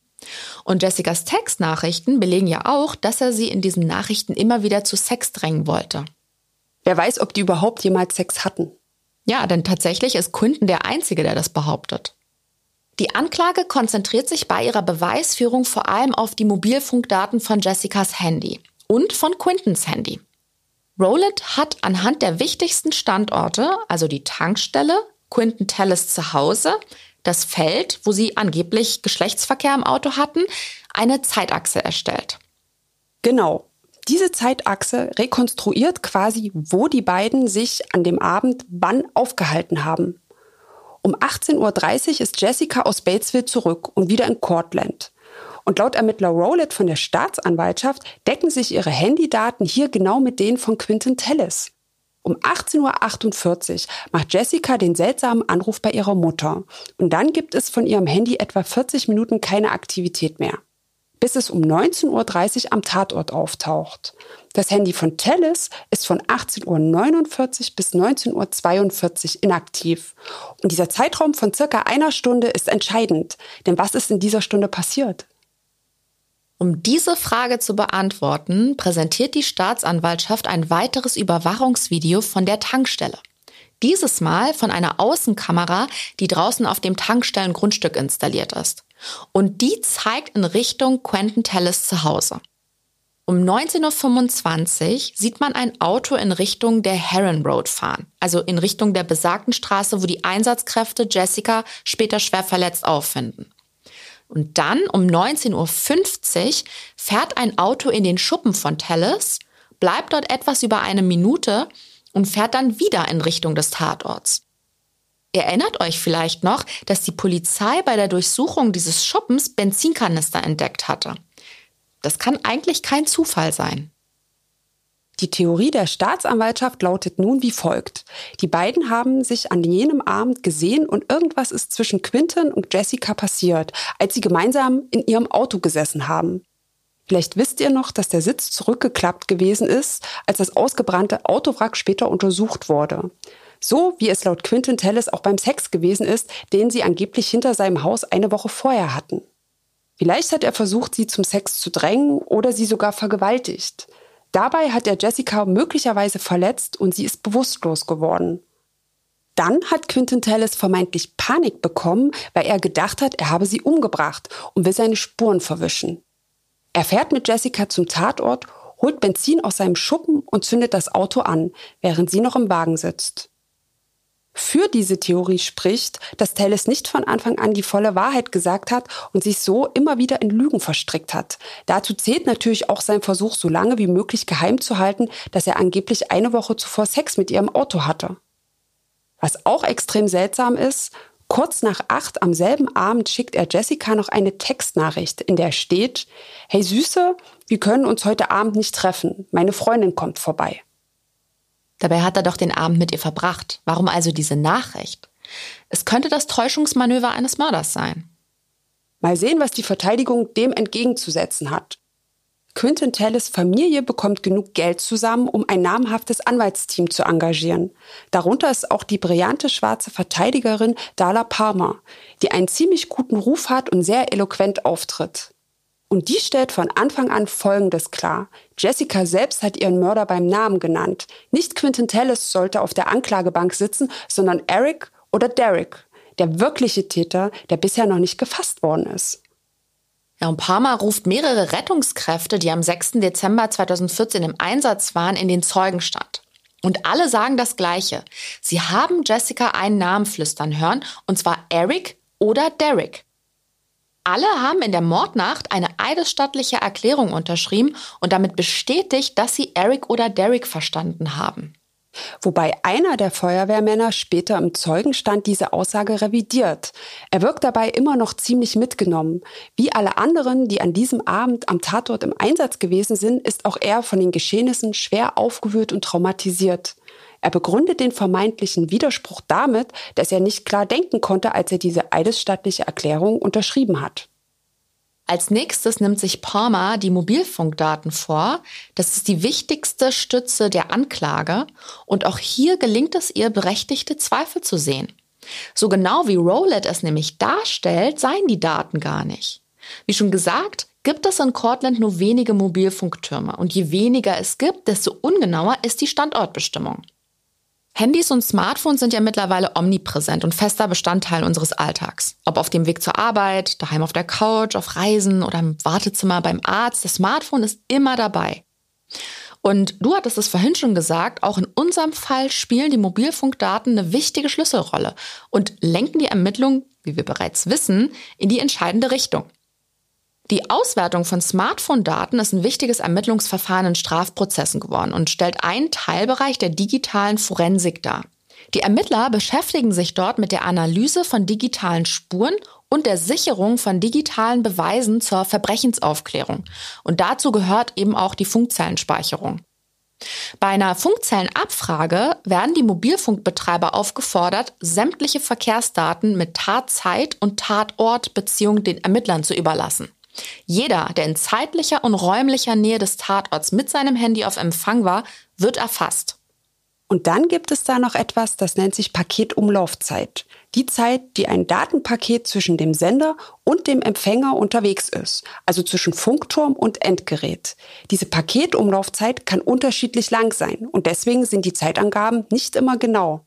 Und Jessicas Textnachrichten belegen ja auch, dass er sie in diesen Nachrichten immer wieder zu Sex drängen wollte. Wer weiß, ob die überhaupt jemals Sex hatten. Ja, denn tatsächlich ist Quentin der Einzige, der das behauptet. Die Anklage konzentriert sich bei ihrer Beweisführung vor allem auf die Mobilfunkdaten von Jessicas Handy und von Quentins Handy. Rowland hat anhand der wichtigsten Standorte, also die Tankstelle, Quentin Tellis zu Hause, das Feld, wo sie angeblich Geschlechtsverkehr im Auto hatten, eine Zeitachse erstellt. Genau. Diese Zeitachse rekonstruiert quasi, wo die beiden sich an dem Abend wann aufgehalten haben. Um achtzehn Uhr dreißig ist Jessica aus Batesville zurück und wieder in Cortland. Und laut Ermittler Rowland von der Staatsanwaltschaft decken sich ihre Handydaten hier genau mit denen von Quentin Tellis. Um achtzehn Uhr achtundvierzig macht Jessica den seltsamen Anruf bei ihrer Mutter. Und dann gibt es von ihrem Handy etwa vierzig Minuten keine Aktivität mehr. Bis es um neunzehn Uhr dreißig am Tatort auftaucht. Das Handy von Tellis ist von achtzehn Uhr neunundvierzig bis neunzehn Uhr zweiundvierzig inaktiv. Und dieser Zeitraum von circa einer Stunde ist entscheidend. Denn was ist in dieser Stunde passiert? Um diese Frage zu beantworten, präsentiert die Staatsanwaltschaft ein weiteres Überwachungsvideo von der Tankstelle. Dieses Mal von einer Außenkamera, die draußen auf dem Tankstellengrundstück installiert ist. Und die zeigt in Richtung Quentin Tellis zu Hause. Um neunzehn Uhr fünfundzwanzig sieht man ein Auto in Richtung der Heron Road fahren, also in Richtung der besagten Straße, wo die Einsatzkräfte Jessica später schwer verletzt auffinden. Und dann um neunzehn Uhr fünfzig fährt ein Auto in den Schuppen von Tellis, bleibt dort etwas über eine Minute und fährt dann wieder in Richtung des Tatorts. Ihr erinnert euch vielleicht noch, dass die Polizei bei der Durchsuchung dieses Schuppens Benzinkanister entdeckt hatte. Das kann eigentlich kein Zufall sein. Die Theorie der Staatsanwaltschaft lautet nun wie folgt. Die beiden haben sich an jenem Abend gesehen und irgendwas ist zwischen Quentin und Jessica passiert, als sie gemeinsam in ihrem Auto gesessen haben. Vielleicht wisst ihr noch, dass der Sitz zurückgeklappt gewesen ist, als das ausgebrannte Autowrack später untersucht wurde. So wie es laut Quentin Tellis auch beim Sex gewesen ist, den sie angeblich hinter seinem Haus eine Woche vorher hatten. Vielleicht hat er versucht, sie zum Sex zu drängen oder sie sogar vergewaltigt. Dabei hat er Jessica möglicherweise verletzt und sie ist bewusstlos geworden. Dann hat Quentin Tellis vermeintlich Panik bekommen, weil er gedacht hat, er habe sie umgebracht und will seine Spuren verwischen. Er fährt mit Jessica zum Tatort, holt Benzin aus seinem Schuppen und zündet das Auto an, während sie noch im Wagen sitzt. Für diese Theorie spricht, dass Tellis nicht von Anfang an die volle Wahrheit gesagt hat und sich so immer wieder in Lügen verstrickt hat. Dazu zählt natürlich auch sein Versuch, so lange wie möglich geheim zu halten, dass er angeblich eine Woche zuvor Sex mit ihr im Auto hatte. Was auch extrem seltsam ist, kurz nach acht am selben Abend schickt er Jessica noch eine Textnachricht, in der steht: Hey Süße, wir können uns heute Abend nicht treffen. Meine Freundin kommt vorbei. Dabei hat er doch den Abend mit ihr verbracht. Warum also diese Nachricht? Es könnte das Täuschungsmanöver eines Mörders sein. Mal sehen, was die Verteidigung dem entgegenzusetzen hat. Quentin Tellis' Familie bekommt genug Geld zusammen, um ein namhaftes Anwaltsteam zu engagieren. Darunter ist auch die brillante schwarze Verteidigerin Darla Palmer, die einen ziemlich guten Ruf hat und sehr eloquent auftritt. Und die stellt von Anfang an Folgendes klar: Jessica selbst hat ihren Mörder beim Namen genannt. Nicht Quentin Tellis sollte auf der Anklagebank sitzen, sondern Eric oder Derek, der wirkliche Täter, der bisher noch nicht gefasst worden ist. Ja, und Palmer ruft mehrere Rettungskräfte, die am sechsten Dezember zweitausendvierzehn im Einsatz waren, in den Zeugenstand. Und alle sagen das Gleiche. Sie haben Jessica einen Namen flüstern hören, und zwar Eric oder Derek. Alle haben in der Mordnacht eine eidesstattliche Erklärung unterschrieben und damit bestätigt, dass sie Eric oder Derek verstanden haben. Wobei einer der Feuerwehrmänner später im Zeugenstand diese Aussage revidiert. Er wirkt dabei immer noch ziemlich mitgenommen. Wie alle anderen, die an diesem Abend am Tatort im Einsatz gewesen sind, ist auch er von den Geschehnissen schwer aufgewühlt und traumatisiert. Er begründet den vermeintlichen Widerspruch damit, dass er nicht klar denken konnte, als er diese eidesstattliche Erklärung unterschrieben hat. Als nächstes nimmt sich Palmer die Mobilfunkdaten vor. Das ist die wichtigste Stütze der Anklage. Und auch hier gelingt es ihr, berechtigte Zweifel zu sehen. So genau wie Rowlett es nämlich darstellt, seien die Daten gar nicht. Wie schon gesagt, gibt es in Cortland nur wenige Mobilfunktürme. Und je weniger es gibt, desto ungenauer ist die Standortbestimmung. Handys und Smartphones sind ja mittlerweile omnipräsent und fester Bestandteil unseres Alltags. Ob auf dem Weg zur Arbeit, daheim auf der Couch, auf Reisen oder im Wartezimmer beim Arzt, das Smartphone ist immer dabei. Und du hattest es vorhin schon gesagt, auch in unserem Fall spielen die Mobilfunkdaten eine wichtige Schlüsselrolle und lenken die Ermittlungen, wie wir bereits wissen, in die entscheidende Richtung. Die Auswertung von Smartphone-Daten ist ein wichtiges Ermittlungsverfahren in Strafprozessen geworden und stellt einen Teilbereich der digitalen Forensik dar. Die Ermittler beschäftigen sich dort mit der Analyse von digitalen Spuren und der Sicherung von digitalen Beweisen zur Verbrechensaufklärung. Und dazu gehört eben auch die Funkzellenspeicherung. Bei einer Funkzellenabfrage werden die Mobilfunkbetreiber aufgefordert, sämtliche Verkehrsdaten mit Tatzeit und Tatortbeziehung den Ermittlern zu überlassen. Jeder, der in zeitlicher und räumlicher Nähe des Tatorts mit seinem Handy auf Empfang war, wird erfasst. Und dann gibt es da noch etwas, das nennt sich Paketumlaufzeit. Die Zeit, die ein Datenpaket zwischen dem Sender und dem Empfänger unterwegs ist, also zwischen Funkturm und Endgerät. Diese Paketumlaufzeit kann unterschiedlich lang sein und deswegen sind die Zeitangaben nicht immer genau.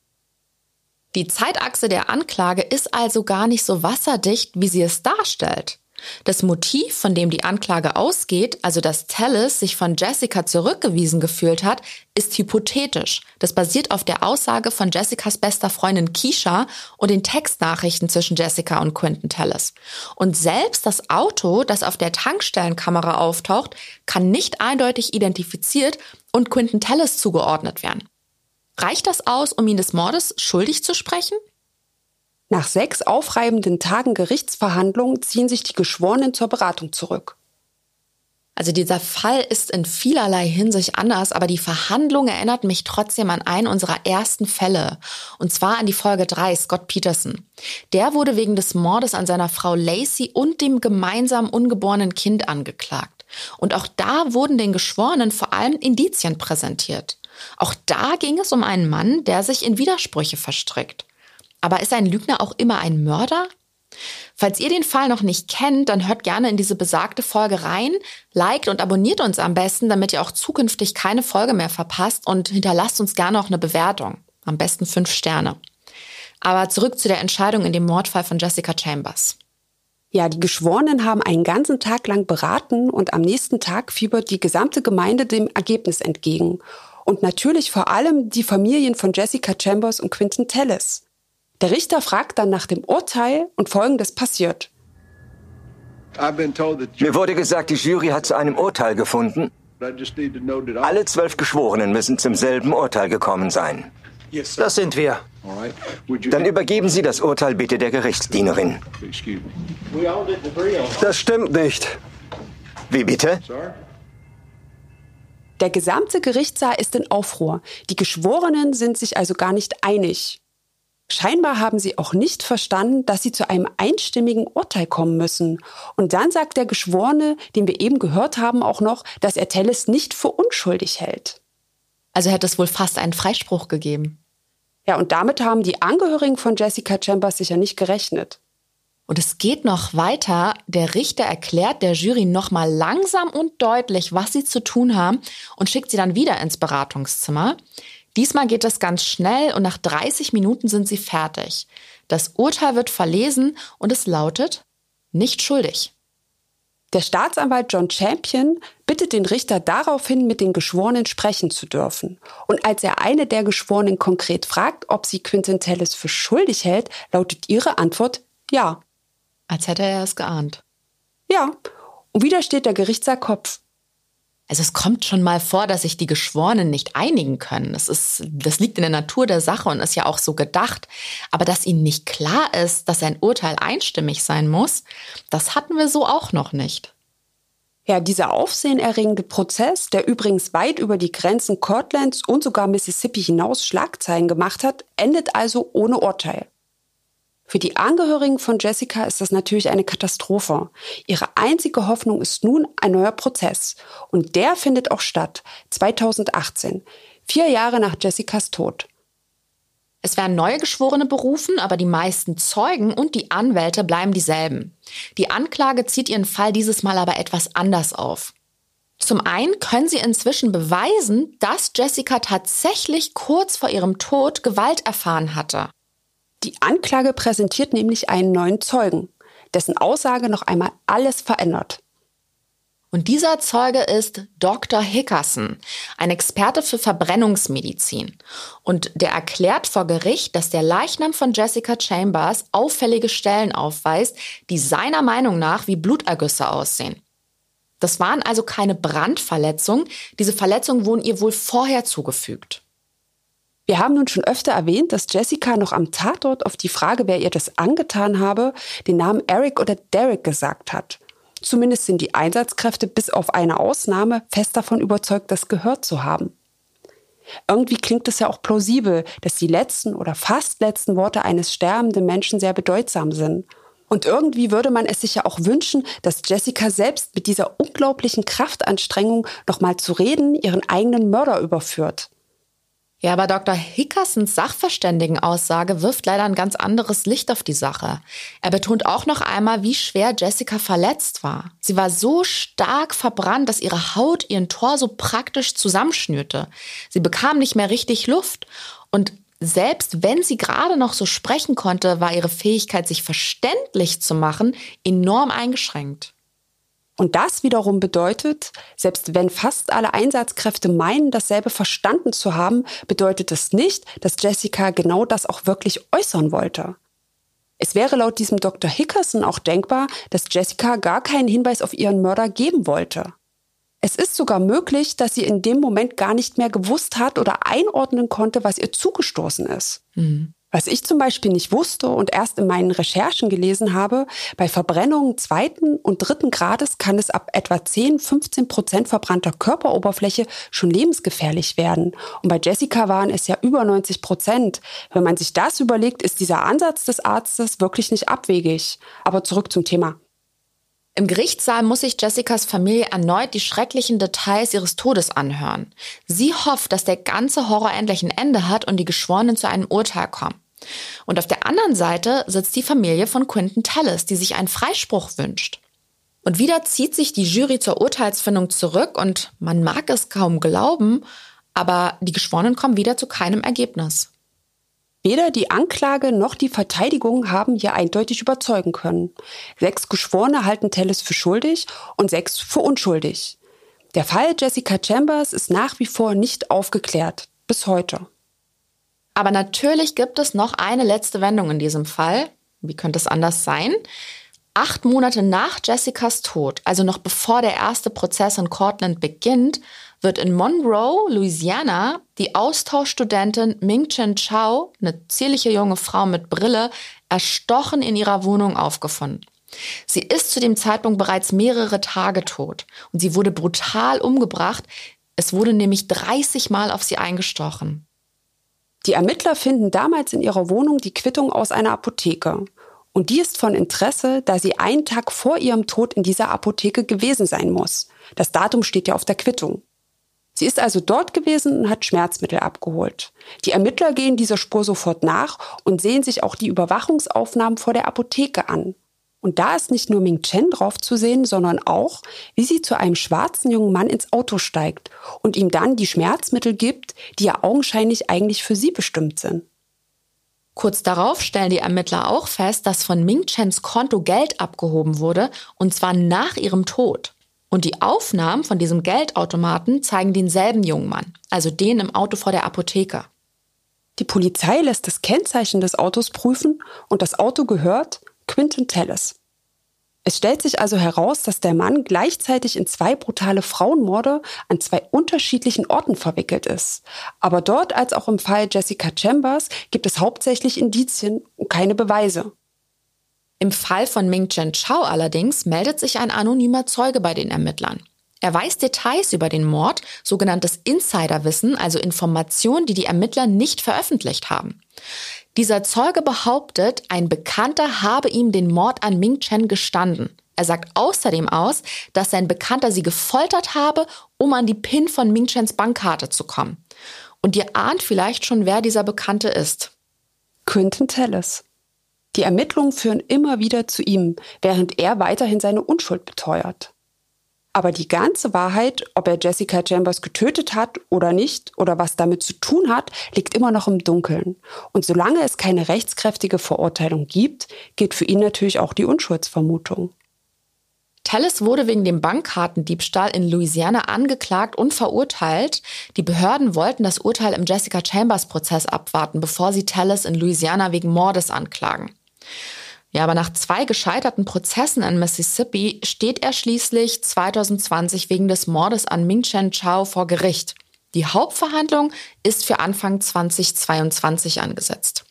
Die Zeitachse der Anklage ist also gar nicht so wasserdicht, wie sie es darstellt. Das Motiv, von dem die Anklage ausgeht, also dass Tellis sich von Jessica zurückgewiesen gefühlt hat, ist hypothetisch. Das basiert auf der Aussage von Jessicas bester Freundin Keisha und den Textnachrichten zwischen Jessica und Quentin Tellis. Und selbst das Auto, das auf der Tankstellenkamera auftaucht, kann nicht eindeutig identifiziert und Quentin Tellis zugeordnet werden. Reicht das aus, um ihn des Mordes schuldig zu sprechen? Nach sechs aufreibenden Tagen Gerichtsverhandlungen ziehen sich die Geschworenen zur Beratung zurück. Also dieser Fall ist in vielerlei Hinsicht anders, aber die Verhandlung erinnert mich trotzdem an einen unserer ersten Fälle. Und zwar an die Folge drei, Scott Peterson. Der wurde wegen des Mordes an seiner Frau Lacey und dem gemeinsamen ungeborenen Kind angeklagt. Und auch da wurden den Geschworenen vor allem Indizien präsentiert. Auch da ging es um einen Mann, der sich in Widersprüche verstrickt. Aber ist ein Lügner auch immer ein Mörder? Falls ihr den Fall noch nicht kennt, dann hört gerne in diese besagte Folge rein, liked und abonniert uns am besten, damit ihr auch zukünftig keine Folge mehr verpasst und hinterlasst uns gerne auch eine Bewertung. Am besten fünf Sterne. Aber zurück zu der Entscheidung in dem Mordfall von Jessica Chambers. Ja, die Geschworenen haben einen ganzen Tag lang beraten und am nächsten Tag fiebert die gesamte Gemeinde dem Ergebnis entgegen. Und natürlich vor allem die Familien von Jessica Chambers und Quentin Tellis. Der Richter fragt dann nach dem Urteil und Folgendes passiert. Mir wurde gesagt, die Jury hat zu einem Urteil gefunden. Alle zwölf Geschworenen müssen zum selben Urteil gekommen sein. Das sind wir. Dann übergeben Sie das Urteil bitte der Gerichtsdienerin. Das stimmt nicht. Wie bitte? Der gesamte Gerichtssaal ist in Aufruhr. Die Geschworenen sind sich also gar nicht einig. Scheinbar haben sie auch nicht verstanden, dass sie zu einem einstimmigen Urteil kommen müssen. Und dann sagt der Geschworene, den wir eben gehört haben, auch noch, dass er Tellis nicht für unschuldig hält. Also hätte es wohl fast einen Freispruch gegeben. Ja, und damit haben die Angehörigen von Jessica Chambers sicher nicht gerechnet. Und es geht noch weiter. Der Richter erklärt der Jury nochmal langsam und deutlich, was sie zu tun haben und schickt sie dann wieder ins Beratungszimmer. Diesmal geht es ganz schnell und nach dreißig Minuten sind sie fertig. Das Urteil wird verlesen und es lautet: nicht schuldig. Der Staatsanwalt John Champion bittet den Richter daraufhin, mit den Geschworenen sprechen zu dürfen. Und als er eine der Geschworenen konkret fragt, ob sie Quentin Tellis für schuldig hält, lautet ihre Antwort ja. Als hätte er es geahnt. Ja. Und wieder steht der Gerichtssaal Kopf. Also es kommt schon mal vor, dass sich die Geschworenen nicht einigen können. Das ist, das liegt in der Natur der Sache und ist ja auch so gedacht. Aber dass ihnen nicht klar ist, dass ein Urteil einstimmig sein muss, das hatten wir so auch noch nicht. Ja, dieser aufsehenerregende Prozess, der übrigens weit über die Grenzen Cortlands und sogar Mississippi hinaus Schlagzeilen gemacht hat, endet also ohne Urteil. Für die Angehörigen von Jessica ist das natürlich eine Katastrophe. Ihre einzige Hoffnung ist nun ein neuer Prozess. Und der findet auch statt, zweitausendachtzehn, vier Jahre nach Jessicas Tod. Es werden neue Geschworene berufen, aber die meisten Zeugen und die Anwälte bleiben dieselben. Die Anklage zieht ihren Fall dieses Mal aber etwas anders auf. Zum einen können sie inzwischen beweisen, dass Jessica tatsächlich kurz vor ihrem Tod Gewalt erfahren hatte. Die Anklage präsentiert nämlich einen neuen Zeugen, dessen Aussage noch einmal alles verändert. Und dieser Zeuge ist Doktor Hickerson, ein Experte für Verbrennungsmedizin. Und der erklärt vor Gericht, dass der Leichnam von Jessica Chambers auffällige Stellen aufweist, die seiner Meinung nach wie Blutergüsse aussehen. Das waren also keine Brandverletzungen, diese Verletzungen wurden ihr wohl vorher zugefügt. Wir haben nun schon öfter erwähnt, dass Jessica noch am Tatort auf die Frage, wer ihr das angetan habe, den Namen Eric oder Derek gesagt hat. Zumindest sind die Einsatzkräfte bis auf eine Ausnahme fest davon überzeugt, das gehört zu haben. Irgendwie klingt es ja auch plausibel, dass die letzten oder fast letzten Worte eines sterbenden Menschen sehr bedeutsam sind. Und irgendwie würde man es sich ja auch wünschen, dass Jessica selbst mit dieser unglaublichen Kraftanstrengung nochmal zu reden ihren eigenen Mörder überführt. Ja, aber Doktor Hickersons Sachverständigenaussage wirft leider ein ganz anderes Licht auf die Sache. Er betont auch noch einmal, wie schwer Jessica verletzt war. Sie war so stark verbrannt, dass ihre Haut ihren Torso praktisch zusammenschnürte. Sie bekam nicht mehr richtig Luft. Und selbst wenn sie gerade noch so sprechen konnte, war ihre Fähigkeit, sich verständlich zu machen, enorm eingeschränkt. Und das wiederum bedeutet, selbst wenn fast alle Einsatzkräfte meinen, dasselbe verstanden zu haben, bedeutet es nicht, dass Jessica genau das auch wirklich äußern wollte. Es wäre laut diesem Doktor Hickerson auch denkbar, dass Jessica gar keinen Hinweis auf ihren Mörder geben wollte. Es ist sogar möglich, dass sie in dem Moment gar nicht mehr gewusst hat oder einordnen konnte, was ihr zugestoßen ist. Mhm. Was ich zum Beispiel nicht wusste und erst in meinen Recherchen gelesen habe, bei Verbrennungen zweiten und dritten Grades kann es ab etwa zehn, fünfzehn Prozent verbrannter Körperoberfläche schon lebensgefährlich werden. Und bei Jessica waren es ja über neunzig Prozent. Wenn man sich das überlegt, ist dieser Ansatz des Arztes wirklich nicht abwegig. Aber zurück zum Thema. Im Gerichtssaal muss sich Jessicas Familie erneut die schrecklichen Details ihres Todes anhören. Sie hofft, dass der ganze Horror endlich ein Ende hat und die Geschworenen zu einem Urteil kommen. Und auf der anderen Seite sitzt die Familie von Quentin Tellis, die sich einen Freispruch wünscht. Und wieder zieht sich die Jury zur Urteilsfindung zurück und man mag es kaum glauben, aber die Geschworenen kommen wieder zu keinem Ergebnis. Weder die Anklage noch die Verteidigung haben hier eindeutig überzeugen können. Sechs Geschworene halten Tellis für schuldig und sechs für unschuldig. Der Fall Jessica Chambers ist nach wie vor nicht aufgeklärt, bis heute. Aber natürlich gibt es noch eine letzte Wendung in diesem Fall. Wie könnte es anders sein? Acht Monate nach Jessicas Tod, also noch bevor der erste Prozess in Cortland beginnt, wird in Monroe, Louisiana, die Austauschstudentin Ming-Chen Chao, eine zierliche junge Frau mit Brille, erstochen in ihrer Wohnung aufgefunden. Sie ist zu dem Zeitpunkt bereits mehrere Tage tot und sie wurde brutal umgebracht. Es wurde nämlich dreißig Mal auf sie eingestochen. Die Ermittler finden damals in ihrer Wohnung die Quittung aus einer Apotheke. Und die ist von Interesse, da sie einen Tag vor ihrem Tod in dieser Apotheke gewesen sein muss. Das Datum steht ja auf der Quittung. Sie ist also dort gewesen und hat Schmerzmittel abgeholt. Die Ermittler gehen dieser Spur sofort nach und sehen sich auch die Überwachungsaufnahmen vor der Apotheke an. Und da ist nicht nur Ming-Chen drauf zu sehen, sondern auch, wie sie zu einem schwarzen jungen Mann ins Auto steigt und ihm dann die Schmerzmittel gibt, die ja augenscheinlich eigentlich für sie bestimmt sind. Kurz darauf stellen die Ermittler auch fest, dass von Ming-Chens Konto Geld abgehoben wurde, und zwar nach ihrem Tod. Und die Aufnahmen von diesem Geldautomaten zeigen denselben jungen Mann, also den im Auto vor der Apotheke. Die Polizei lässt das Kennzeichen des Autos prüfen und das Auto gehört Quentin Tellis. Es stellt sich also heraus, dass der Mann gleichzeitig in zwei brutale Frauenmorde an zwei unterschiedlichen Orten verwickelt ist. Aber dort, als auch im Fall Jessica Chambers, gibt es hauptsächlich Indizien und keine Beweise. Im Fall von Ming-Chen Chao allerdings meldet sich ein anonymer Zeuge bei den Ermittlern. Er weiß Details über den Mord, sogenanntes Insiderwissen, also Informationen, die die Ermittler nicht veröffentlicht haben. Dieser Zeuge behauptet, ein Bekannter habe ihm den Mord an Ming-Chen gestanden. Er sagt außerdem aus, dass sein Bekannter sie gefoltert habe, um an die PIN von Ming-Chens Bankkarte zu kommen. Und ihr ahnt vielleicht schon, wer dieser Bekannte ist. Quentin Tellis. Die Ermittlungen führen immer wieder zu ihm, während er weiterhin seine Unschuld beteuert. Aber die ganze Wahrheit, ob er Jessica Chambers getötet hat oder nicht oder was damit zu tun hat, liegt immer noch im Dunkeln. Und solange es keine rechtskräftige Verurteilung gibt, gilt für ihn natürlich auch die Unschuldsvermutung. Tellis wurde wegen dem Bankkartendiebstahl in Louisiana angeklagt und verurteilt. Die Behörden wollten das Urteil im Jessica Chambers-Prozess abwarten, bevor sie Tellis in Louisiana wegen Mordes anklagen. Ja, aber nach zwei gescheiterten Prozessen in Mississippi steht er schließlich zwanzig zwanzig wegen des Mordes an Ming-Chen Chao vor Gericht. Die Hauptverhandlung ist für Anfang zwanzig zweiundzwanzig angesetzt.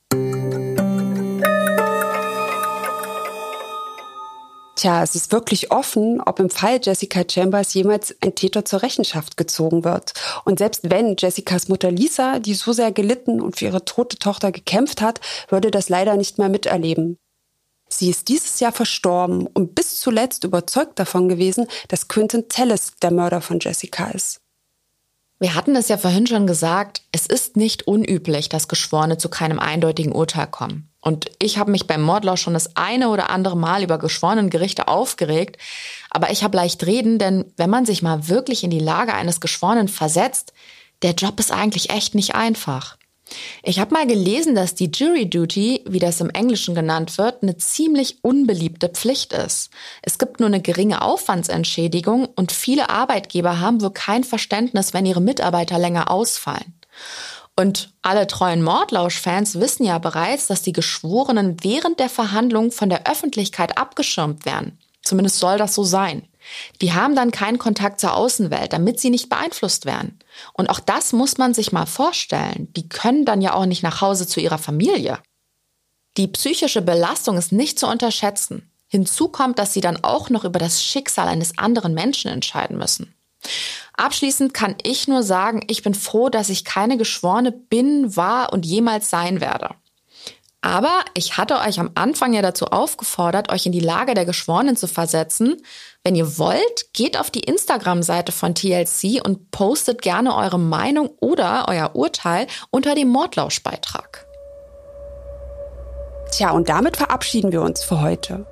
Tja, es ist wirklich offen, ob im Fall Jessica Chambers jemals ein Täter zur Rechenschaft gezogen wird. Und selbst wenn Jessicas Mutter Lisa, die so sehr gelitten und für ihre tote Tochter gekämpft hat, würde das leider nicht mehr miterleben. Sie ist dieses Jahr verstorben und bis zuletzt überzeugt davon gewesen, dass Quentin Tellis der Mörder von Jessica ist. Wir hatten es ja vorhin schon gesagt, es ist nicht unüblich, dass Geschworene zu keinem eindeutigen Urteil kommen. Und ich habe mich beim Mordlausch schon das eine oder andere Mal über Geschworenengerichte aufgeregt. Aber ich habe leicht reden, denn wenn man sich mal wirklich in die Lage eines Geschworenen versetzt, der Job ist eigentlich echt nicht einfach. Ich habe mal gelesen, dass die Jury Duty, wie das im Englischen genannt wird, eine ziemlich unbeliebte Pflicht ist. Es gibt nur eine geringe Aufwandsentschädigung und viele Arbeitgeber haben wohl kein Verständnis, wenn ihre Mitarbeiter länger ausfallen. Und alle treuen Mordlausch-Fans wissen ja bereits, dass die Geschworenen während der Verhandlung von der Öffentlichkeit abgeschirmt werden. Zumindest soll das so sein. Die haben dann keinen Kontakt zur Außenwelt, damit sie nicht beeinflusst werden. Und auch das muss man sich mal vorstellen. Die können dann ja auch nicht nach Hause zu ihrer Familie. Die psychische Belastung ist nicht zu unterschätzen. Hinzu kommt, dass sie dann auch noch über das Schicksal eines anderen Menschen entscheiden müssen. Abschließend kann ich nur sagen, ich bin froh, dass ich keine Geschworene bin, war und jemals sein werde. Aber ich hatte euch am Anfang ja dazu aufgefordert, euch in die Lage der Geschworenen zu versetzen. Wenn ihr wollt, geht auf die Instagram-Seite von T L C und postet gerne eure Meinung oder euer Urteil unter dem Mordlauschbeitrag. Tja, und damit verabschieden wir uns für heute.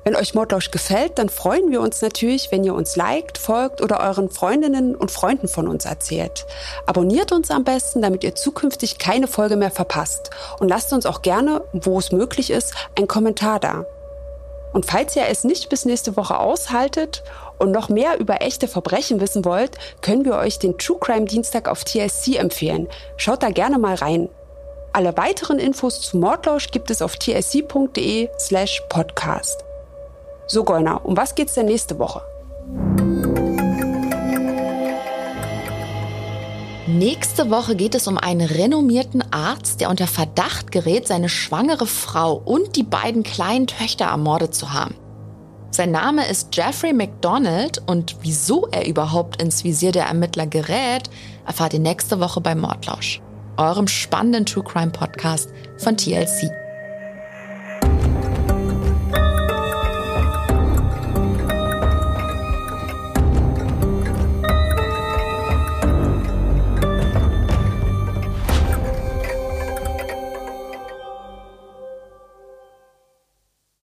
Wenn euch Mordlausch gefällt, dann freuen wir uns natürlich, wenn ihr uns liked, folgt oder euren Freundinnen und Freunden von uns erzählt. Abonniert uns am besten, damit ihr zukünftig keine Folge mehr verpasst. Und lasst uns auch gerne, wo es möglich ist, einen Kommentar da. Und falls ihr es nicht bis nächste Woche aushaltet und noch mehr über echte Verbrechen wissen wollt, können wir euch den True Crime Dienstag auf T L C empfehlen. Schaut da gerne mal rein. Alle weiteren Infos zu Mordlausch gibt es auf t l c punkt d e slash podcast. So, Goina, um was geht's denn nächste Woche? Nächste Woche geht es um einen renommierten Arzt, der unter Verdacht gerät, seine schwangere Frau und die beiden kleinen Töchter ermordet zu haben. Sein Name ist Jeffrey McDonald und wieso er überhaupt ins Visier der Ermittler gerät, erfahrt ihr nächste Woche bei Mordlausch, eurem spannenden True Crime Podcast von T L C.